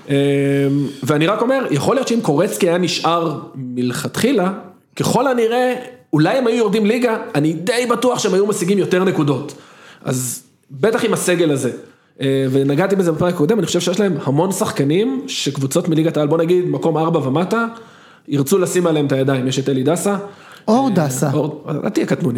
ואני רק אומר, יכול להיות שאם קורצקי היה נשאר מלכתחילה, ככל הנראה, אולי הם היו יורדים ליגה, אני די בטוח שהם היו משיגים יותר נקודות. אז בטח עם הסגל הזה. ונגעתי בזה בפרק הקודם, אני חושב שיש להם המון שחקנים, שקבוצות מליגת העל, בוא נגיד, מקום ארבע ומטה, ירצו לשים עליהם את הידיים. יש את אלי דסה. אור דסה. אל תהיה קטנוני.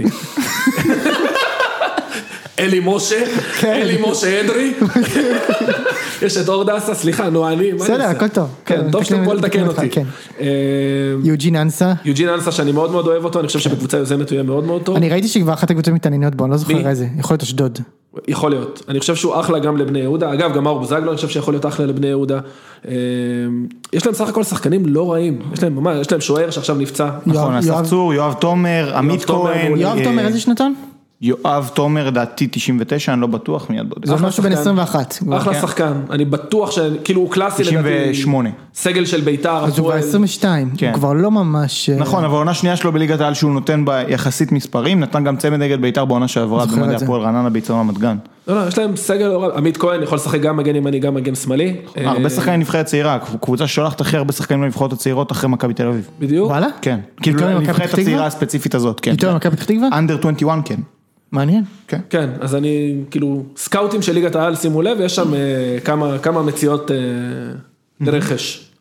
אלי משה, אלי משה אדרי, יש את אור דסה, סליחה, נו אני, בסדר, הכל טוב. כן, טוב שאתם פה לתקן אותי. יוג'ין אנסה. יוג'ין אנסה שאני מאוד מאוד אוהב אותו, אני חושב שבקבוצה יוזמת הוא יהיה מאוד מאוד טוב. אני ראיתי שכבר אחת הקבוצות מתעניינות בו, אני לא זוכר איזה, יכול להיות אשדוד. יכול להיות, אני חושב שהוא אחלה גם לבני יהודה, אגב גם מאור בוזגלו אני חושב שיכול להיות אחלה לבני יהודה, יש להם סך הכל שחקנים לא רעים, יש להם ממש, יש להם שוער שעכשיו נפצע. נכון, אסף צור, יואב תומר, עמית כהן. יואב תומר איזה שנתון? יואב תומר דעתי תשעים ותשע, אני לא בטוח מיד בודק. זה משהו בין עשרים ואחת. אחלה שחקן, אני בטוח שכאילו הוא קלאסי תשעים ושמונה. סגל של ביתר. אז הוא ב-עשרים ושתיים, הוא כבר לא ממש... נכון, אבל העונה שנייה שלו בליגת העל שהוא נותן בה יחסית מספרים, נתן גם צמד נגד ביתר בעונה שעברה במדעי הפועל רעננה באיצטדיון רמת גן. לא, לא, יש להם סגל, עמית כהן יכול לשחק גם מגן ימני, גם מגן שמאלי. הרבה שחקנים נבחרת צעירה, קבוצה ששולחת הכי הרבה שחקנים לנבחרות הצעירות אחרי מכבי תל אביב. בדיוק. וואלה? כן. כאילו נבחרת הצעירה הספציפית הזאת, כן. יותר מכבי פתח תקווה? אנדר עשרים ואחת, כן. מעניין. כן. כן, אז אני, כאילו, סקאוטים של ליגת העל, שימו לב, יש שם כמה, כמה מציאות רכש.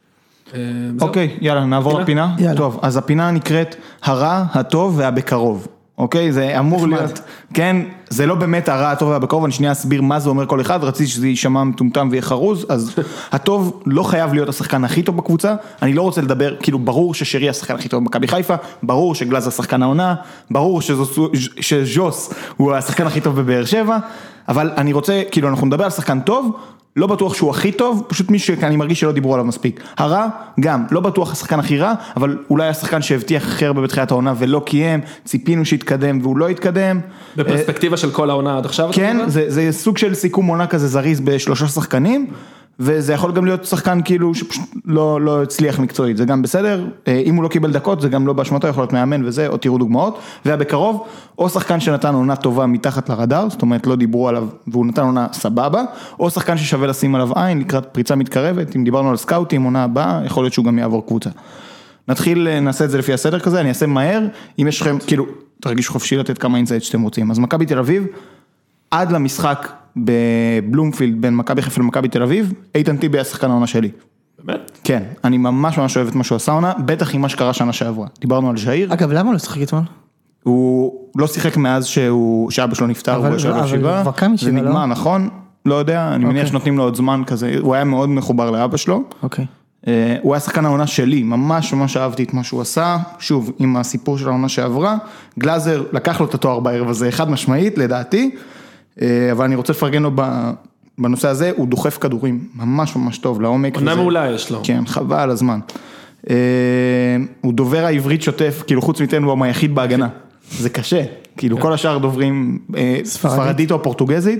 אוקיי, יאללה, נעבור לפינה. טוב, אז הפינה נקראת הרע, הטוב והבקרוב. אוקיי, זה אמור להיות, כן, זה לא באמת הרע, הטוב והבקרוב, אני שנייה אסביר מה זה אומר כל אחד, רציתי שזה יישמע מטומטם ויהיה חרוז, אז הטוב לא חייב להיות השחקן הכי טוב בקבוצה, אני לא רוצה לדבר, כאילו ברור ששרי השחקן הכי טוב במכבי חיפה, ברור שגלאזר השחקן העונה, ברור שז'וס הוא השחקן הכי טוב בבאר שבע, אבל אני רוצה, כאילו אנחנו נדבר על שחקן טוב, לא בטוח שהוא הכי טוב, פשוט מישהו שאני מרגיש שלא דיברו עליו מספיק. הרע, גם, לא בטוח השחקן הכי רע, אבל אולי השחקן שהבטיח הכי הרבה בתחילת העונה ולא קיים, ציפינו שיתקדם והוא לא יתקדם. בפרספקטיבה של כל העונה עד עכשיו? כן, זה, זה סוג של סיכום עונה כזה זריז בשלושה שחקנים, וזה יכול גם להיות שחקן כאילו שפשוט לא, לא הצליח מקצועית, זה גם בסדר, אם הוא לא קיבל דקות, זה גם לא באשמתו, יכול להיות מאמן וזה, או תראו דוגמאות, והבקרוב, או שחקן שנתן עונה טובה מתחת לרדאר, זאת אומרת לא דיברו עליו, והוא נתן עונה סבבה, או שחקן ששווה לשים עליו עין, לקראת פריצה מתקרבת, אם דיברנו על סקאוטים, עונה הבאה, יכול להיות שהוא גם יעבור קבוצה. נתחיל, נעשה את זה לפי הסדר כזה, אני אעשה מהר, אם יש לכם, כאילו, תרגישו חופשי לתת כמה אינסייט שאתם רוצים. אז מכבי תל אביב, עד למשחק בבלומפילד בין מכבי חיפה למכבי תל אביב, איתן טיבי היה שחקן העונה שלי. באמת? כן, אני ממש ממש אוהב את מה שהוא עשה עונה, בטח עם מה שקרה שנה שעברה. דיברנו על ז'איר. אגב, למה הוא לא שיחק אתמול? הוא לא שיחק מאז שהוא, שאבא שלו נפטר, הוא ישב בשבעה. אבל כבר זה נגמר, נכון? לא יודע, אני מניח שנותנים לו עוד זמן כזה, הוא היה מאוד מחובר לאבא שלו. אוקיי. הוא היה שחקן העונה שלי, ממש ממש אהבתי את מה שהוא עשה, שוב, עם הסיפור של העונה שעברה, גלאזר לקח לו את התואר בערב הזה, חד משמעית, לדעתי, אבל אני רוצה לפרגן לו בנושא הזה, הוא דוחף כדורים, ממש ממש טוב, לעומק. עונה מעולה יש לו. כן, חבל על הזמן. הוא דובר העברית שוטף, כאילו חוץ מתן הוא היחיד בהגנה, זה קשה, כאילו כל השאר דוברים ספרדית או פורטוגזית,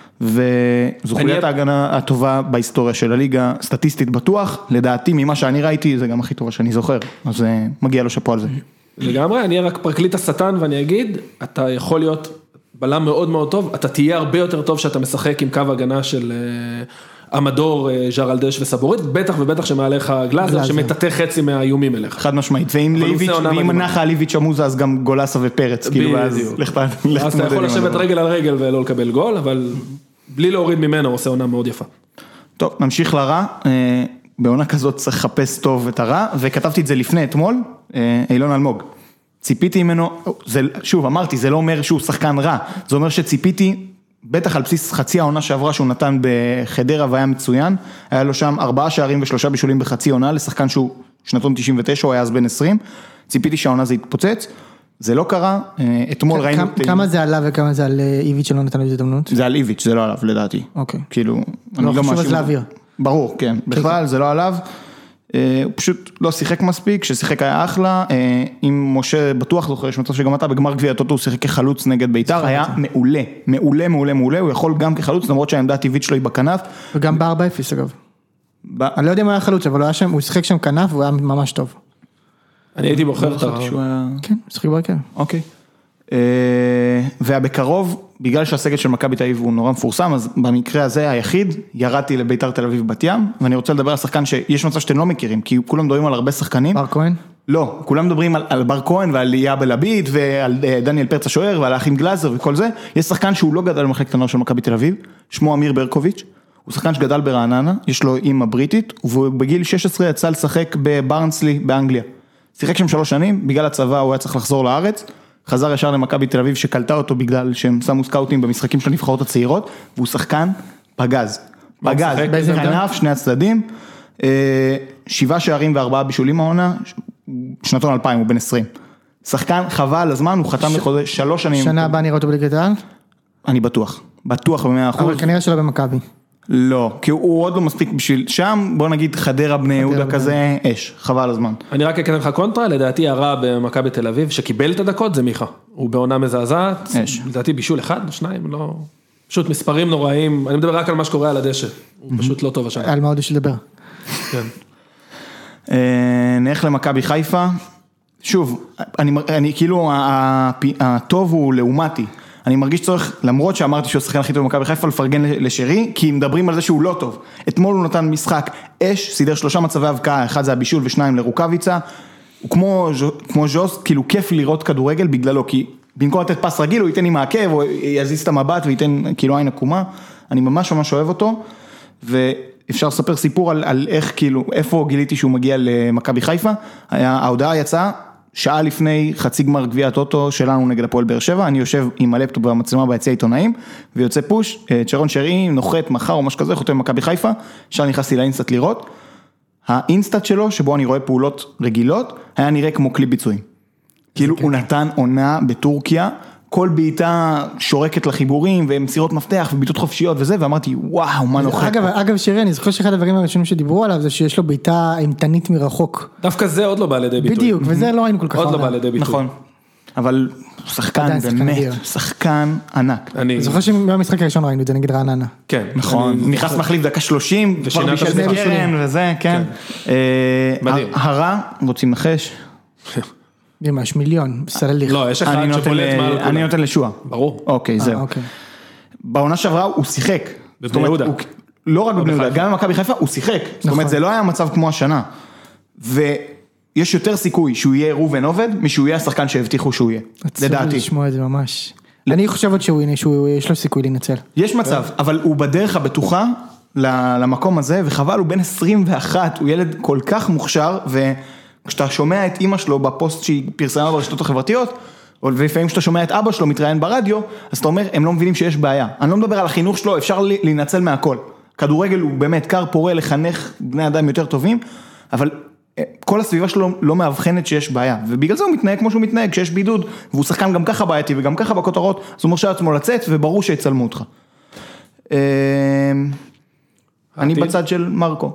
וזו חוליית ההגנה הטובה בהיסטוריה של הליגה, סטטיסטית בטוח, לדעתי ממה שאני ראיתי, זה גם הכי טובה שאני זוכר, אז מגיע לו שפו על זה. לגמרי, אני רק פרקליט השטן ואני אגיד, אתה יכול להיות בלם מאוד מאוד טוב, אתה תהיה הרבה יותר טוב שאתה משחק עם קו הגנה של אמדור, ז'רלדש וסבורית, בטח ובטח שמעליך גלאזר, שמטאטא חצי מהאיומים אליך. חד משמעית, ואם ליביץ', ואם נחל ליביץ' עמוזה, אז גם גולסה ופרץ, כאילו, אז אתה יכול לשבת רגל על רגל ולא לקבל גול, אבל בלי להוריד ממנו, הוא עושה עונה מאוד יפה. טוב, נמשיך לרע, בעונה כזאת צריך לחפש טוב את הרע, וכתבתי את זה לפני אתמול, אילון אלמוג. ציפיתי ממנו, זה, שוב אמרתי, זה לא אומר שהוא שחקן רע, זה אומר שציפיתי, בטח על בסיס חצי העונה שעברה שהוא נתן בחדרה והיה מצוין, היה לו שם ארבעה שערים ושלושה בישולים בחצי עונה, לשחקן שהוא שנתון תשעים ותשע, הוא היה אז בן עשרים, ציפיתי שהעונה זה יתפוצץ, זה לא קרה, אתמול ראינו... כמה זה עליו וכמה זה על איביץ' שלא נתן לזה הזדמנות? זה על איביץ', זה לא עליו לדעתי. אוקיי. כאילו... לא חשוב אז להעביר. ברור, כן. בכלל זה לא עליו. הוא פשוט לא שיחק מספיק, ששיחק היה אחלה, עם משה בטוח זוכר, יש מצב שגם אתה בגמר גביע הטוטו הוא שיחק כחלוץ נגד ביתר, היה מעולה, מעולה, מעולה, מעולה, הוא יכול גם כחלוץ, למרות שהעמדה הטבעית שלו היא בכנף. וגם ב-ארבע אפס אגב. אני לא יודע מה היה חלוץ, אבל הוא שיחק שם כנף והוא היה ממש טוב. אני הייתי בוחר את הרב. כן, הוא שיחק בהרכב. אוקיי. והבקרוב, בגלל שהסגל של מכבי תל אביב הוא נורא מפורסם, אז במקרה הזה היחיד, ירדתי לביתר תל אביב בת ים, ואני רוצה לדבר על שחקן שיש מצב שאתם לא מכירים, כי כולם מדברים על הרבה שחקנים. בר כהן? לא, כולם מדברים על, על בר כהן ועל יאב אלביד ועל דניאל פרץ השוער ועל האחים גלאזר וכל זה. יש שחקן שהוא לא גדל במחלקת הנוער של מכבי תל אביב, שמו אמיר ברקוביץ', הוא שחקן שגדל ברעננה, יש לו אימא בריטית, ובגיל שש עשרה יצא לשחק בברנסלי באנגליה. שיחק שם שלוש שנים, בגלל הצבא הוא היה צריך לחזור לארץ, חזר ישר למכבי תל אביב שקלטה אותו בגלל שהם שמו סקאוטים במשחקים של הנבחרות הצעירות, והוא שחקן פגז, פגז, כנף, שני הצדדים, שבעה שערים וארבעה בישולים העונה, שנתון אלפיים, הוא בן עשרים. שחקן חבל הזמן, הוא חתם לחוזה שלוש שנים. שנה הבאה נראה אותו בליגת העל? אני בטוח, בטוח במאה אחוז. אבל כנראה שלא במכבי. לא, כי הוא עוד לא מספיק בשביל שם, בוא נגיד חדרה בני יהודה כזה, אש, חבל הזמן. אני רק אקדם לך קונטרה, לדעתי הרע במכבי תל אביב, שקיבל את הדקות זה מיכה. הוא בעונה מזעזעת, לדעתי בישול אחד או שניים, לא... פשוט מספרים נוראים, אני מדבר רק על מה שקורה על הדשא, הוא פשוט לא טוב השנה. על מה עוד יש לדבר. כן. נלך למכבי חיפה, שוב, אני כאילו, הטוב הוא לעומתי, אני מרגיש צורך, למרות שאמרתי שהוא השחקן הכי טוב במכבי חיפה, לפרגן לשרי, כי מדברים על זה שהוא לא טוב. אתמול הוא נתן משחק אש, סידר שלושה מצבי הבקעה, אחד זה הבישול ושניים לרוקאביצה, הוא כמו, כמו ז'וס, כאילו כיף לראות כדורגל בגללו, כי במקום לתת פס רגיל, הוא ייתן עם העקב, או יזיז את המבט וייתן כאילו עין עקומה, אני ממש ממש אוהב אותו, אפשר לספר סיפור על, על איך, כאילו, איפה גיליתי שהוא מגיע למכבי חיפה, ההודעה יצאה, שעה לפני חצי גמר גביע הטוטו שלנו נגד הפועל באר שבע, אני יושב עם הלפטופ והמצלמה ביציע עיתונאים, ויוצא פוש, צ'רון שרי, נוחת, מחר או משהו כזה, חותם במכבי חיפה, שם נכנסתי לאינסטאט לראות, האינסטאט שלו, שבו אני רואה פעולות רגילות, היה נראה כמו קליפ ביצועים. כאילו הוא נתן עונה בטורקיה, כל בעיטה שורקת לחיבורים, ומסירות מפתח, וביטות חופשיות וזה, ואמרתי, וואו, מה נוחת. אגב, אגב, שרי, אני זוכר שאחד הדברים הראשונים שדיברו עליו, זה שיש לו בעיטה אימתנית מרחוק. דווקא זה עוד לא בא לידי ביטוי. בדיוק, וזה לא היינו כל כך עוד לא בא לידי ביטוי. נכון. אבל שחקן באמת, שחקן ענק. אני זוכר שבמשחק הראשון ראינו את זה נגד רעננה. כן. נכון, נכנס מחליף דקה שלושים, כבר בישל בקרן וזה, כן. הרע, רוצים נחש? יש מיליון, סלליך. לא, יש אחד שפולט מעל כולם. אני נותן לשועה. ברור. אוקיי, זהו. בעונה שעברה הוא שיחק. בבני יהודה. לא רק בבני יהודה, גם במכבי חיפה הוא שיחק. זאת אומרת, זה לא היה מצב כמו השנה. ויש יותר סיכוי שהוא יהיה רובן עובד, משהוא יהיה השחקן שהבטיחו שהוא יהיה. לדעתי. עצוב לשמוע את זה ממש. אני חושבת שיש לו סיכוי להינצל. יש מצב, אבל הוא בדרך הבטוחה למקום הזה, וחבל, הוא בן עשרים ואחת, הוא ילד כל כך מוכשר, וכשאתה שומע את אמא שלו בפוסט שהיא פרסמה ברשתות החברתיות, ולפעמים כשאתה שומע את אבא שלו מתראיין ברדיו, אז אתה אומר, הם לא מבינים שיש בעיה. אני לא מדבר על החינוך שלו, אפשר להינצל מהכל. כדורגל הוא באמת קר פורה לחנך בני אדם יותר טובים, אבל כל הסביבה שלו לא מאבחנת שיש בעיה, ובגלל זה הוא מתנהג כמו שהוא מתנהג, כשיש בידוד, והוא שחקן גם ככה בעייתי, וגם ככה בכותרות, אז הוא מרשה לעצמו לצאת, וברור שיצלמו אותך. אני בצד של מרקו.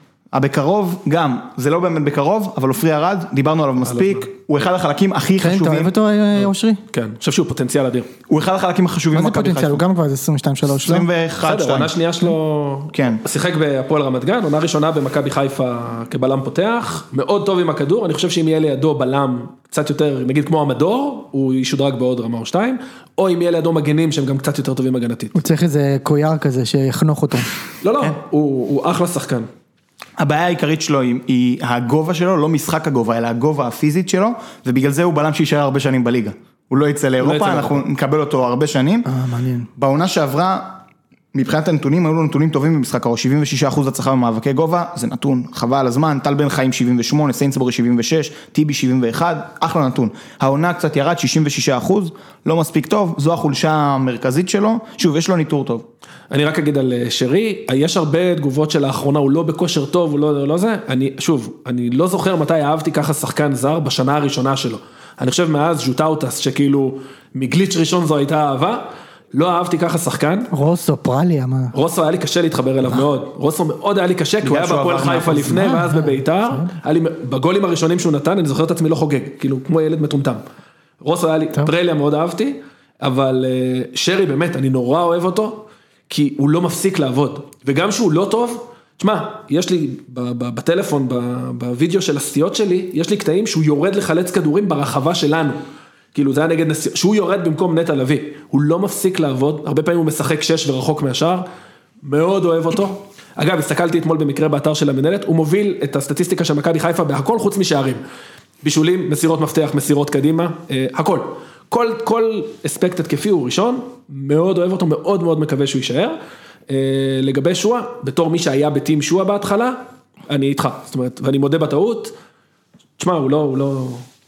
הבקרוב גם, זה לא באמת בקרוב, אבל אופרי ארד, דיברנו עליו מספיק, הוא אחד החלקים הכי חשובים. כן, אתה אוהב אותו, אושרי? כן, אני חושב שהוא פוטנציאל אדיר. הוא אחד החלקים החשובים. מה זה פוטנציאל? הוא גם כבר זה עשרים ושתיים שלוש. עשרים ואחת בסדר, עונה שנייה שלו, כן. שיחק בהפועל רמת גן, עונה ראשונה במכבי חיפה כבלם פותח, מאוד טוב עם הכדור, אני חושב שאם יהיה לידו בלם קצת יותר, נגיד כמו המדור, הוא ישודרג בעוד רמה או שתיים, או אם יהיה לידו מגנים שהם גם קצת יותר טובים הגנתית. הוא צריך איזה קויר כזה שיחנוך אותו. לא, לא, הוא אחלה שחקן. הבעיה העיקרית שלו היא, היא הגובה שלו, לא משחק הגובה, אלא הגובה הפיזית שלו, ובגלל זה הוא בלם שישאר הרבה שנים בליגה. הוא לא יצא לאירופה, אנחנו נקבל אותו הרבה שנים. אה, מעניין. בעונה שעברה, מבחינת הנתונים, היו לו נתונים טובים במשחק הראש, שבעים ושישה אחוז הצלחה במאבקי גובה, זה נתון, חבל על הזמן, טל בן חיים שבעים ושמונה, סיינסבורי שבעים ושש, טיבי שבעים ואחת, אחלה נתון. העונה קצת ירד, שישים ושישה אחוז, לא מספיק טוב, זו החולשה המרכזית שלו, שוב, יש לו ניטור טוב. אני רק אגיד על שרי, יש הרבה תגובות של האחרונה, הוא לא בכושר טוב, הוא לא, לא זה, אני, שוב, אני לא זוכר מתי אהבתי ככה שחקן זר בשנה הראשונה שלו. אני חושב מאז ז'וטאוטס, שכאילו מגליץ' ראשון זו הייתה אהבה, לא אהבתי ככה שחקן. רוסו, פרליה, מה? רוסו היה לי קשה להתחבר אליו מאוד. רוסו מאוד היה לי קשה, כי הוא היה בהפועל חיפה לפני, ואז בביתר. בגולים הראשונים שהוא נתן, אני זוכר את עצמי לא חוגג, כאילו כמו ילד מטומטם. רוסו היה לי, פרליה מאוד אהבתי, אבל שרי באמת, אני נורא אוהב אותו, כי הוא לא מפסיק לעבוד. וגם שהוא לא טוב, תשמע, יש לי בטלפון, בווידאו של הסטיות שלי, יש לי קטעים שהוא יורד לחלץ כדורים ברחבה שלנו. כאילו זה היה נגד נסיון, שהוא יורד במקום נטע לביא, הוא לא מפסיק לעבוד, הרבה פעמים הוא משחק שש ורחוק מהשאר, מאוד אוהב אותו. אגב, הסתכלתי אתמול במקרה באתר של המנהלת, הוא מוביל את הסטטיסטיקה של מכבי חיפה בהכל חוץ משערים. בישולים, מסירות מפתח, מסירות קדימה, אה, הכל. כל, כל אספקט התקפי הוא ראשון, מאוד אוהב אותו, מאוד מאוד מקווה שהוא יישאר. אה, לגבי שואה, בתור מי שהיה בטים שואה בהתחלה, אני איתך, זאת אומרת, ואני מודה בטעות, תשמע, הוא לא, הוא לא...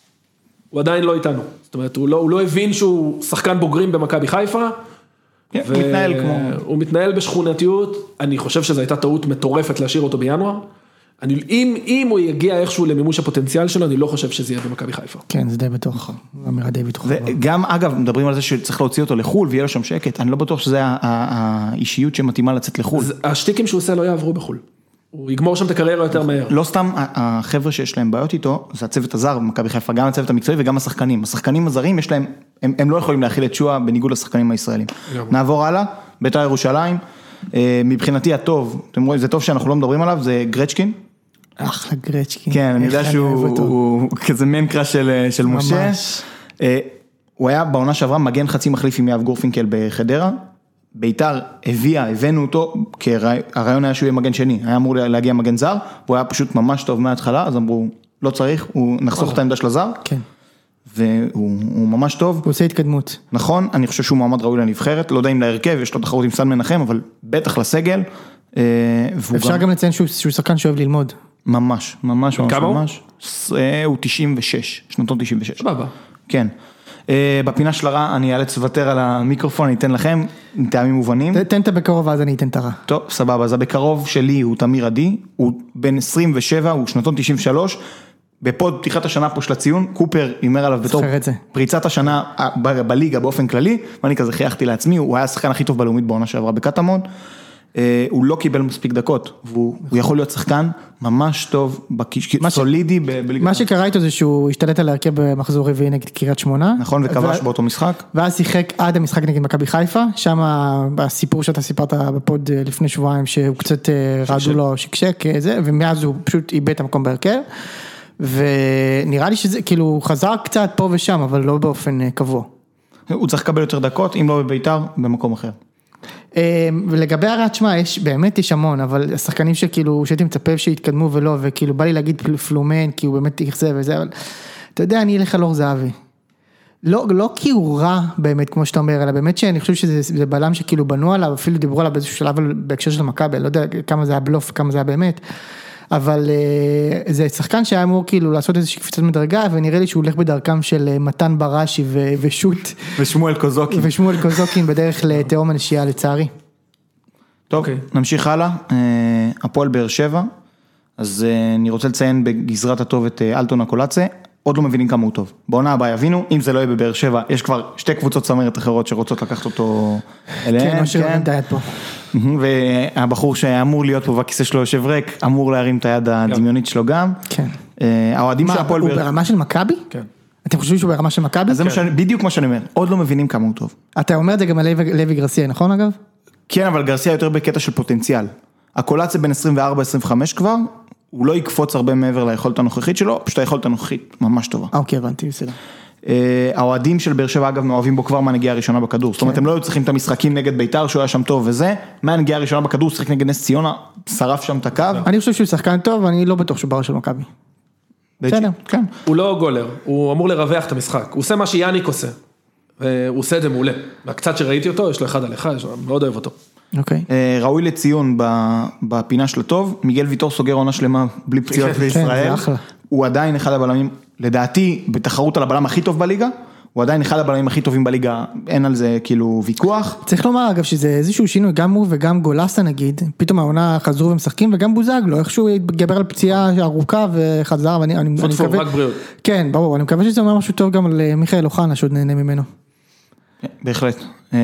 הוא עדיין לא איתנו, זאת אומרת, הוא לא, הוא לא הבין שהוא שחקן בוגרים במכבי חיפה, כן, הוא מתנהל כמו... הוא מתנהל בשכונתיות, אני חושב שזו הייתה טעות מטורפת להשאיר אותו בינואר, אני, אם, אם הוא יגיע איכשהו למימוש הפוטנציאל שלו, אני לא חושב שזה יהיה במכבי חיפה. כן, זה די בטוח, אמירה די בטוח. וגם, אגב, מדברים על זה שצריך להוציא אותו לחול, ויהיה לו שם שקט, אני לא בטוח שזה האישיות שמתאימה לצאת לחול. השטיקים שהוא עושה לא יעברו בחול. הוא יגמור שם את הקריירה יותר מהר. לא סתם החבר'ה שיש להם בעיות איתו, זה הצוות הזר במכבי חיפה, גם הצוות המקצועי וגם השחקנים. השחקנים הזרים יש להם, הם, הם לא יכולים להכיל את שואה בניגוד לשחקנים הישראלים. נעבור הלאה, בית"ר ירושלים, מבחינתי הטוב, אתם רואים, זה טוב שאנחנו לא מדברים עליו, זה גרצ'קין. אחלה גרצ'קין. כן, אני יודע שהוא כזה מן קרא של, של משה. הוא היה בעונה שעברה מגן חצי מחליף עם יאב גורפינקל בחדרה, ביתר הביאה, הבאנו אותו, כי הרעיון היה שהוא יהיה מגן שני, היה אמור להגיע מגן זר, והוא היה פשוט ממש טוב מההתחלה, אז אמרו, לא צריך, הוא נחסוך את העמדה של הזר, כן. והוא ממש טוב. הוא עושה התקדמות. נכון, אני חושב שהוא מעמד ראוי לנבחרת, לא יודע אם להרכב, יש לו תחרות עם סן מנחם, אבל בטח לסגל, אפשר גם לציין שהוא שחקן שאוהב ללמוד. ממש, ממש, ממש, כמה הוא? ממש. הוא תשעים ושש, שנתון תשעים ושש. סבבה. כן. בפינה של הרע, אני אאלץ לוותר על המיקרופון, אני אתן לכם, טעמים מובנים. תן את הבקרוב, אז אני אתן את הרע. טוב, סבבה, אז הבקרוב שלי הוא תמיר עדי, הוא בן עשרים ושבע, הוא שנתון תשעים ושלוש, בפוד פתיחת השנה פה של הציון, קופר אימר עליו בתור פריצת השנה בליגה באופן כללי, ואני כזה חייכתי לעצמי, הוא היה השחקן הכי טוב בלאומית בעונה שעברה בקטמון, הוא לא קיבל מספיק דקות, והוא יכול להיות שחקן ממש טוב, סולידי בליגה. מה שקרה איתו זה שהוא השתלט על ההרכב במחזור רביעי נגד קריית שמונה. נכון, וכבש באותו משחק. ואז שיחק עד המשחק נגד מכבי חיפה, שם הסיפור שאתה סיפרת בפוד לפני שבועיים, שהוא קצת רעדו לו שקשק, ומאז הוא פשוט איבד את המקום בהרכב, ונראה לי שזה, כאילו, הוא חזר קצת פה ושם, אבל לא באופן קבוע. הוא צריך לקבל יותר דקות, אם לא בביתר, במקום אחר. ולגבי הרעת שמה, יש, באמת יש המון, אבל השחקנים שכאילו, שהייתי מצפה שיתקדמו ולא, וכאילו בא לי להגיד פלומן, כי הוא באמת יחזה וזה, אבל אתה יודע, אני אלך על אור זהבי. לא, לא כי הוא רע באמת, כמו שאתה אומר, אלא באמת שאני חושב שזה בלם שכאילו בנו עליו, אפילו דיברו עליו באיזשהו שלב בהקשר של מכבי, לא יודע כמה זה היה בלוף, כמה זה היה באמת, אבל זה שחקן שהיה אמור כאילו לעשות איזושהי קפיצת מדרגה, ונראה לי שהוא הולך בדרכם של מתן בראשי ושוט. ושמואל קוזוקין. ושמואל קוזוקין בדרך לתהום הנשייה לצערי. טוב, נמשיך הלאה. הפועל באר שבע, אז אני רוצה לציין בגזרת הטוב את אלטון הקולצה, עוד לא מבינים כמה הוא טוב. בעונה הבאה יבינו, אם זה לא יהיה בבאר שבע, יש כבר שתי קבוצות צמרת אחרות שרוצות לקחת אותו אליהן. כן, משהו להרים את היד פה. והבחור שאמור להיות פה והכיסא שלו יושב ריק, אמור להרים את היד הדמיונית שלו גם. כן. האוהדים של הפועל באר שבע. הוא ברמה של מכבי? כן. אתם חושבים שהוא ברמה של מכבי? אז זה בדיוק מה שאני אומר, עוד לא מבינים כמה הוא טוב. אתה אומר את זה גם על לוי גרסיה, נכון אגב? כן, אבל גרסיה יותר בקטע של פוטנציאל. הקולציה בין עשרים וארבע עשרים וחמש כבר, הוא לא יקפוץ הרבה מעבר ליכולת הנוכחית שלו, פשוט היכולת הנוכחית ממש טובה. אוקיי, הבנתי, בסדר. האוהדים של באר שבע אגב מאוהבים בו כבר מהנגיעה הראשונה בכדור, זאת אומרת הם לא היו צריכים את המשחקים נגד ביתר שהוא היה שם טוב וזה, מהנגיעה הראשונה בכדור שחק נגד נס ציונה, שרף שם את הקו. אני חושב שהוא שחקן טוב ואני לא בטוח שהוא ברמה של מכבי. בסדר. כן. הוא לא גולר, הוא אמור לרווח את המשחק, הוא עושה מה שיאניק עושה, והוא עושה את זה מעולה, והקצת שראיתי אותו, יש לו אחד על אחד, אני מאוד אוהב אותו. אוקיי. ראוי לציון בפינה של הטוב, מיגל ויטור סוגר עונה שלמה בלי פציעות בישראל, הוא עדיין אחד הבלמים, לדעתי בתחרות על הבלם הכי טוב בליגה, הוא עדיין אחד הבלמים הכי טובים בליגה, אין על זה כאילו ויכוח. צריך לומר אגב שזה איזשהו שינוי, גם הוא וגם גולסה נגיד, פתאום העונה חזרו ומשחקים וגם בוזגלו, איכשהו התגבר על פציעה ארוכה וחזר, ואני אני מקווה, רק בריאות. כן ברור, אני מקווה שזה אומר משהו טוב גם על מיכאל אוחנה שעוד נהנה ממנו. בהחלט.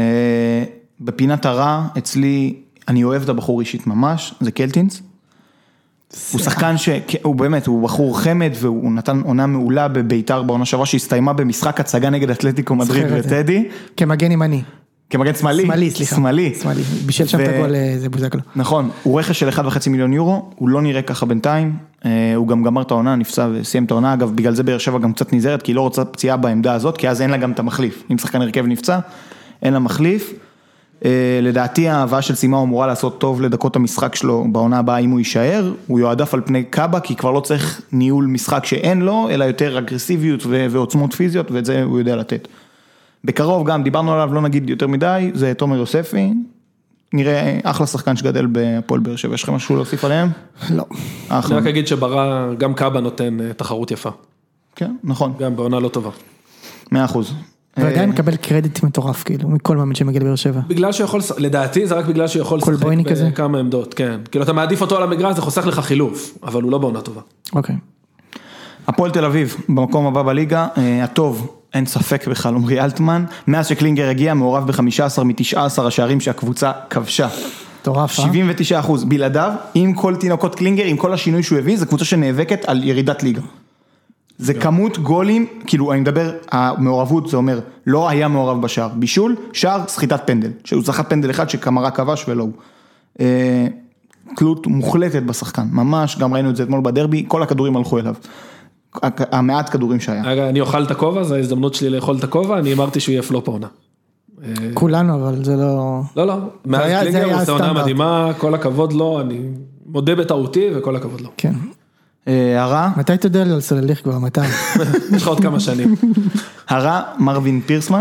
בפינת הרע, אצלי, אני אוהב את הבחור אישית ממש, זה קלטינס. הוא שחקן שהוא באמת, הוא בחור חמד, והוא נתן עונה מעולה בביתר בעונה שעברה, שהסתיימה במשחק הצגה נגד אתלטיקו מדריד וטדי. כמגן ימני. כמגן שמאלי. שמאלי, סליחה. שמאלי. שמאלי. בשביל שם תגול זה בוזגלו. נכון, הוא רכש של אחד וחצי מיליון יורו, הוא לא נראה ככה בינתיים, הוא גם גמר את העונה, נפצע וסיים את העונה, אגב, בגלל זה באר שבע גם קצת נזהרת, כי היא לא רוצה פציעה בעמדה הזאת, כי אז אין לה גם את המחליף. אם שחקן הרכב נפצע, אין לה מחליף. לדעתי ההבאה של סימה אמורה לעשות טוב לדקות המשחק שלו בעונה הבאה אם הוא יישאר, הוא יועדף על פני קאבה כי כבר לא צריך ניהול משחק שאין לו, אלא יותר אגרסיביות ועוצמות פיזיות ואת זה הוא יודע לתת. בקרוב גם דיברנו עליו, לא נגיד יותר מדי, זה תומר יוספי, נראה אחלה שחקן שגדל בפועל באר שבע, יש לכם משהו להוסיף עליהם? לא. אני רק אגיד שברא, גם קאבה נותן תחרות יפה. כן, נכון. גם בעונה לא טובה. מאה אחוז. ועדיין מקבל קרדיט מטורף, כאילו, מכל מאמן שמגיע לבאר שבע. בגלל שיכול, לדעתי זה רק בגלל שיכול לשחק בכמה עמדות, כן. כאילו אתה מעדיף אותו על המגרש, זה חוסך לך חילוף, אבל הוא לא בעונה טובה. אוקיי. הפועל תל אביב, במקום הבא בליגה, הטוב, אין ספק בכלל, עומרי אלטמן, מאז שקלינגר הגיע, מעורב ב-חמישה עשר מתשעה עשר השערים שהקבוצה כבשה. מטורף, אה? שבעים ותשעה אחוז, בלעדיו, עם כל תינוקות קלינגר, עם כל השינוי שהוא הביא, זה קבוצה שנאבקת על ירידת ליגה. זה כמות גולים, כאילו אני מדבר, המעורבות זה אומר, לא היה מעורב בשער, בישול, שער, סחיטת פנדל, שהוא זכת פנדל אחד שקמרה כבש ולא הוא. תלות מוחלטת בשחקן, ממש, גם ראינו את זה אתמול בדרבי, כל הכדורים הלכו אליו. המעט כדורים שהיה. רגע, אני אוכל את הכובע, זו ההזדמנות שלי לאכול את הכובע, אני אמרתי שהוא יהיה פלופ העונה. כולנו, אבל זה לא... לא, לא, מאז קלינגר הוא עושה עונה מדהימה, כל הכבוד לו, אני מודה בטעותי וכל הכבוד לו. כן. הרע? מתי תודה לי על סולליך כבר, מתי? יש לך עוד כמה שנים. הרע, מרווין פירסמן,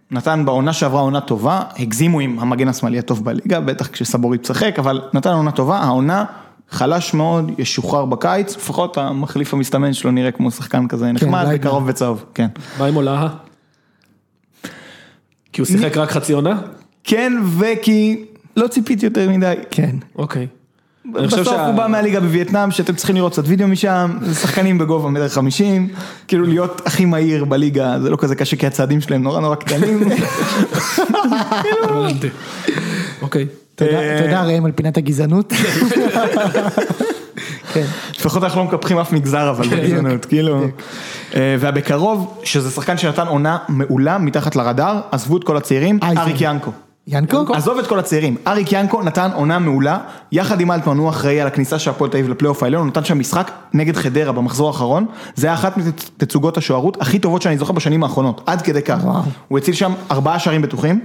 נתן בעונה שעברה עונה טובה, הגזימו עם המגן השמאלי הטוב בליגה, בטח כשסבורית צחק, אבל נתן עונה טובה, העונה חלש מאוד, ישוחרר בקיץ, לפחות המחליף המסתמן שלו נראה כמו שחקן כזה נחמד, וקרוב וצהוב, כן. מה עם עולה? כי הוא שיחק רק חצי עונה? כן, וכי לא ציפיתי יותר מדי. כן. אוקיי. בסוף הוא בא מהליגה בווייטנאם, שאתם צריכים לראות קצת וידאו משם, שחקנים בגובה מטר חמישים, כאילו להיות הכי מהיר בליגה, זה לא כזה קשה, כי הצעדים שלהם נורא נורא קטנים. אוקיי. תודה ראם על פינת הגזענות. לפחות אנחנו לא מקפחים אף מגזר, אבל בגזענות, כאילו. והבקרוב, שזה שחקן שנתן עונה מעולה מתחת לרדאר, עזבו את כל הצעירים, אריק ינקו. ינקו? עזוב את כל הצעירים, אריק ינקו נתן עונה מעולה, יחד עם אלטמן הוא אחראי על הכניסה של הפועל תל אביב לפלייאוף העליון, הוא נתן שם משחק נגד חדרה במחזור האחרון, זה היה אחת מתצוגות השוערות הכי טובות שאני זוכר בשנים האחרונות, עד כדי כך, הוא הציל שם ארבעה שערים בטוחים,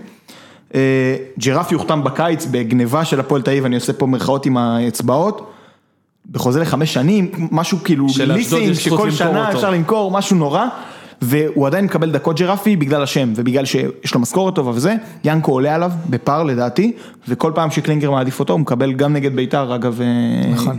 ג'ירפי יוחתם בקיץ בגניבה של הפועל תל אביב, אני עושה פה מרכאות עם האצבעות, בחוזה לחמש שנים, משהו כאילו ליסינג, שכל שנה אפשר למכור, משהו נורא, והוא עדיין מקבל דקות ג'ירפי בגלל השם, ובגלל שיש לו משכורת טובה וזה, ינקו עולה עליו בפאר לדעתי, וכל פעם שקלינגר מעדיף אותו, הוא מקבל גם נגד ביתר, אגב. נכון.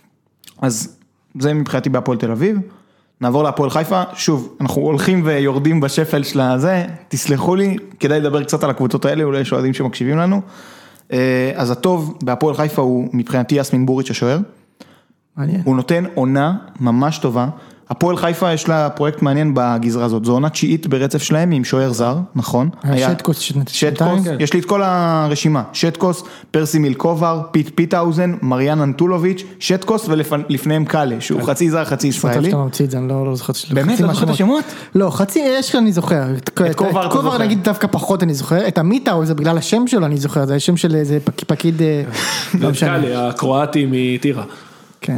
אז זה מבחינתי בהפועל תל אביב, נעבור להפועל חיפה, שוב, אנחנו הולכים ויורדים בשפל של הזה, תסלחו לי, כדאי לדבר קצת על הקבוצות האלה, אולי יש אוהדים שמקשיבים לנו, אז הטוב בהפועל חיפה הוא מבחינתי יסמין בוריץ' השוער, הוא נותן עונה ממש טובה, הפועל חיפה יש לה פרויקט מעניין בגזרה הזאת, זו עונה תשיעית ברצף שלהם עם שוער זר, נכון? שטקוס, שטקוס, יש לי את כל הרשימה, שטקוס, פרסי מילקובר, פיט פיטהאוזן, מריאן אנטולוביץ', שטקוס ולפניהם קאלה, שהוא חצי זר, חצי ישראלי. שאתה ממציא את זה, אני לא זוכר. באמת? לא זוכר את השמות? לא, חצי, יש כאן אני זוכר. את קובר נגיד דווקא פחות אני זוכר, את המיטאו זה בגלל השם שלו אני זוכר, זה השם של איזה פקיד, קאלה, הקרואטי מטירה. כן.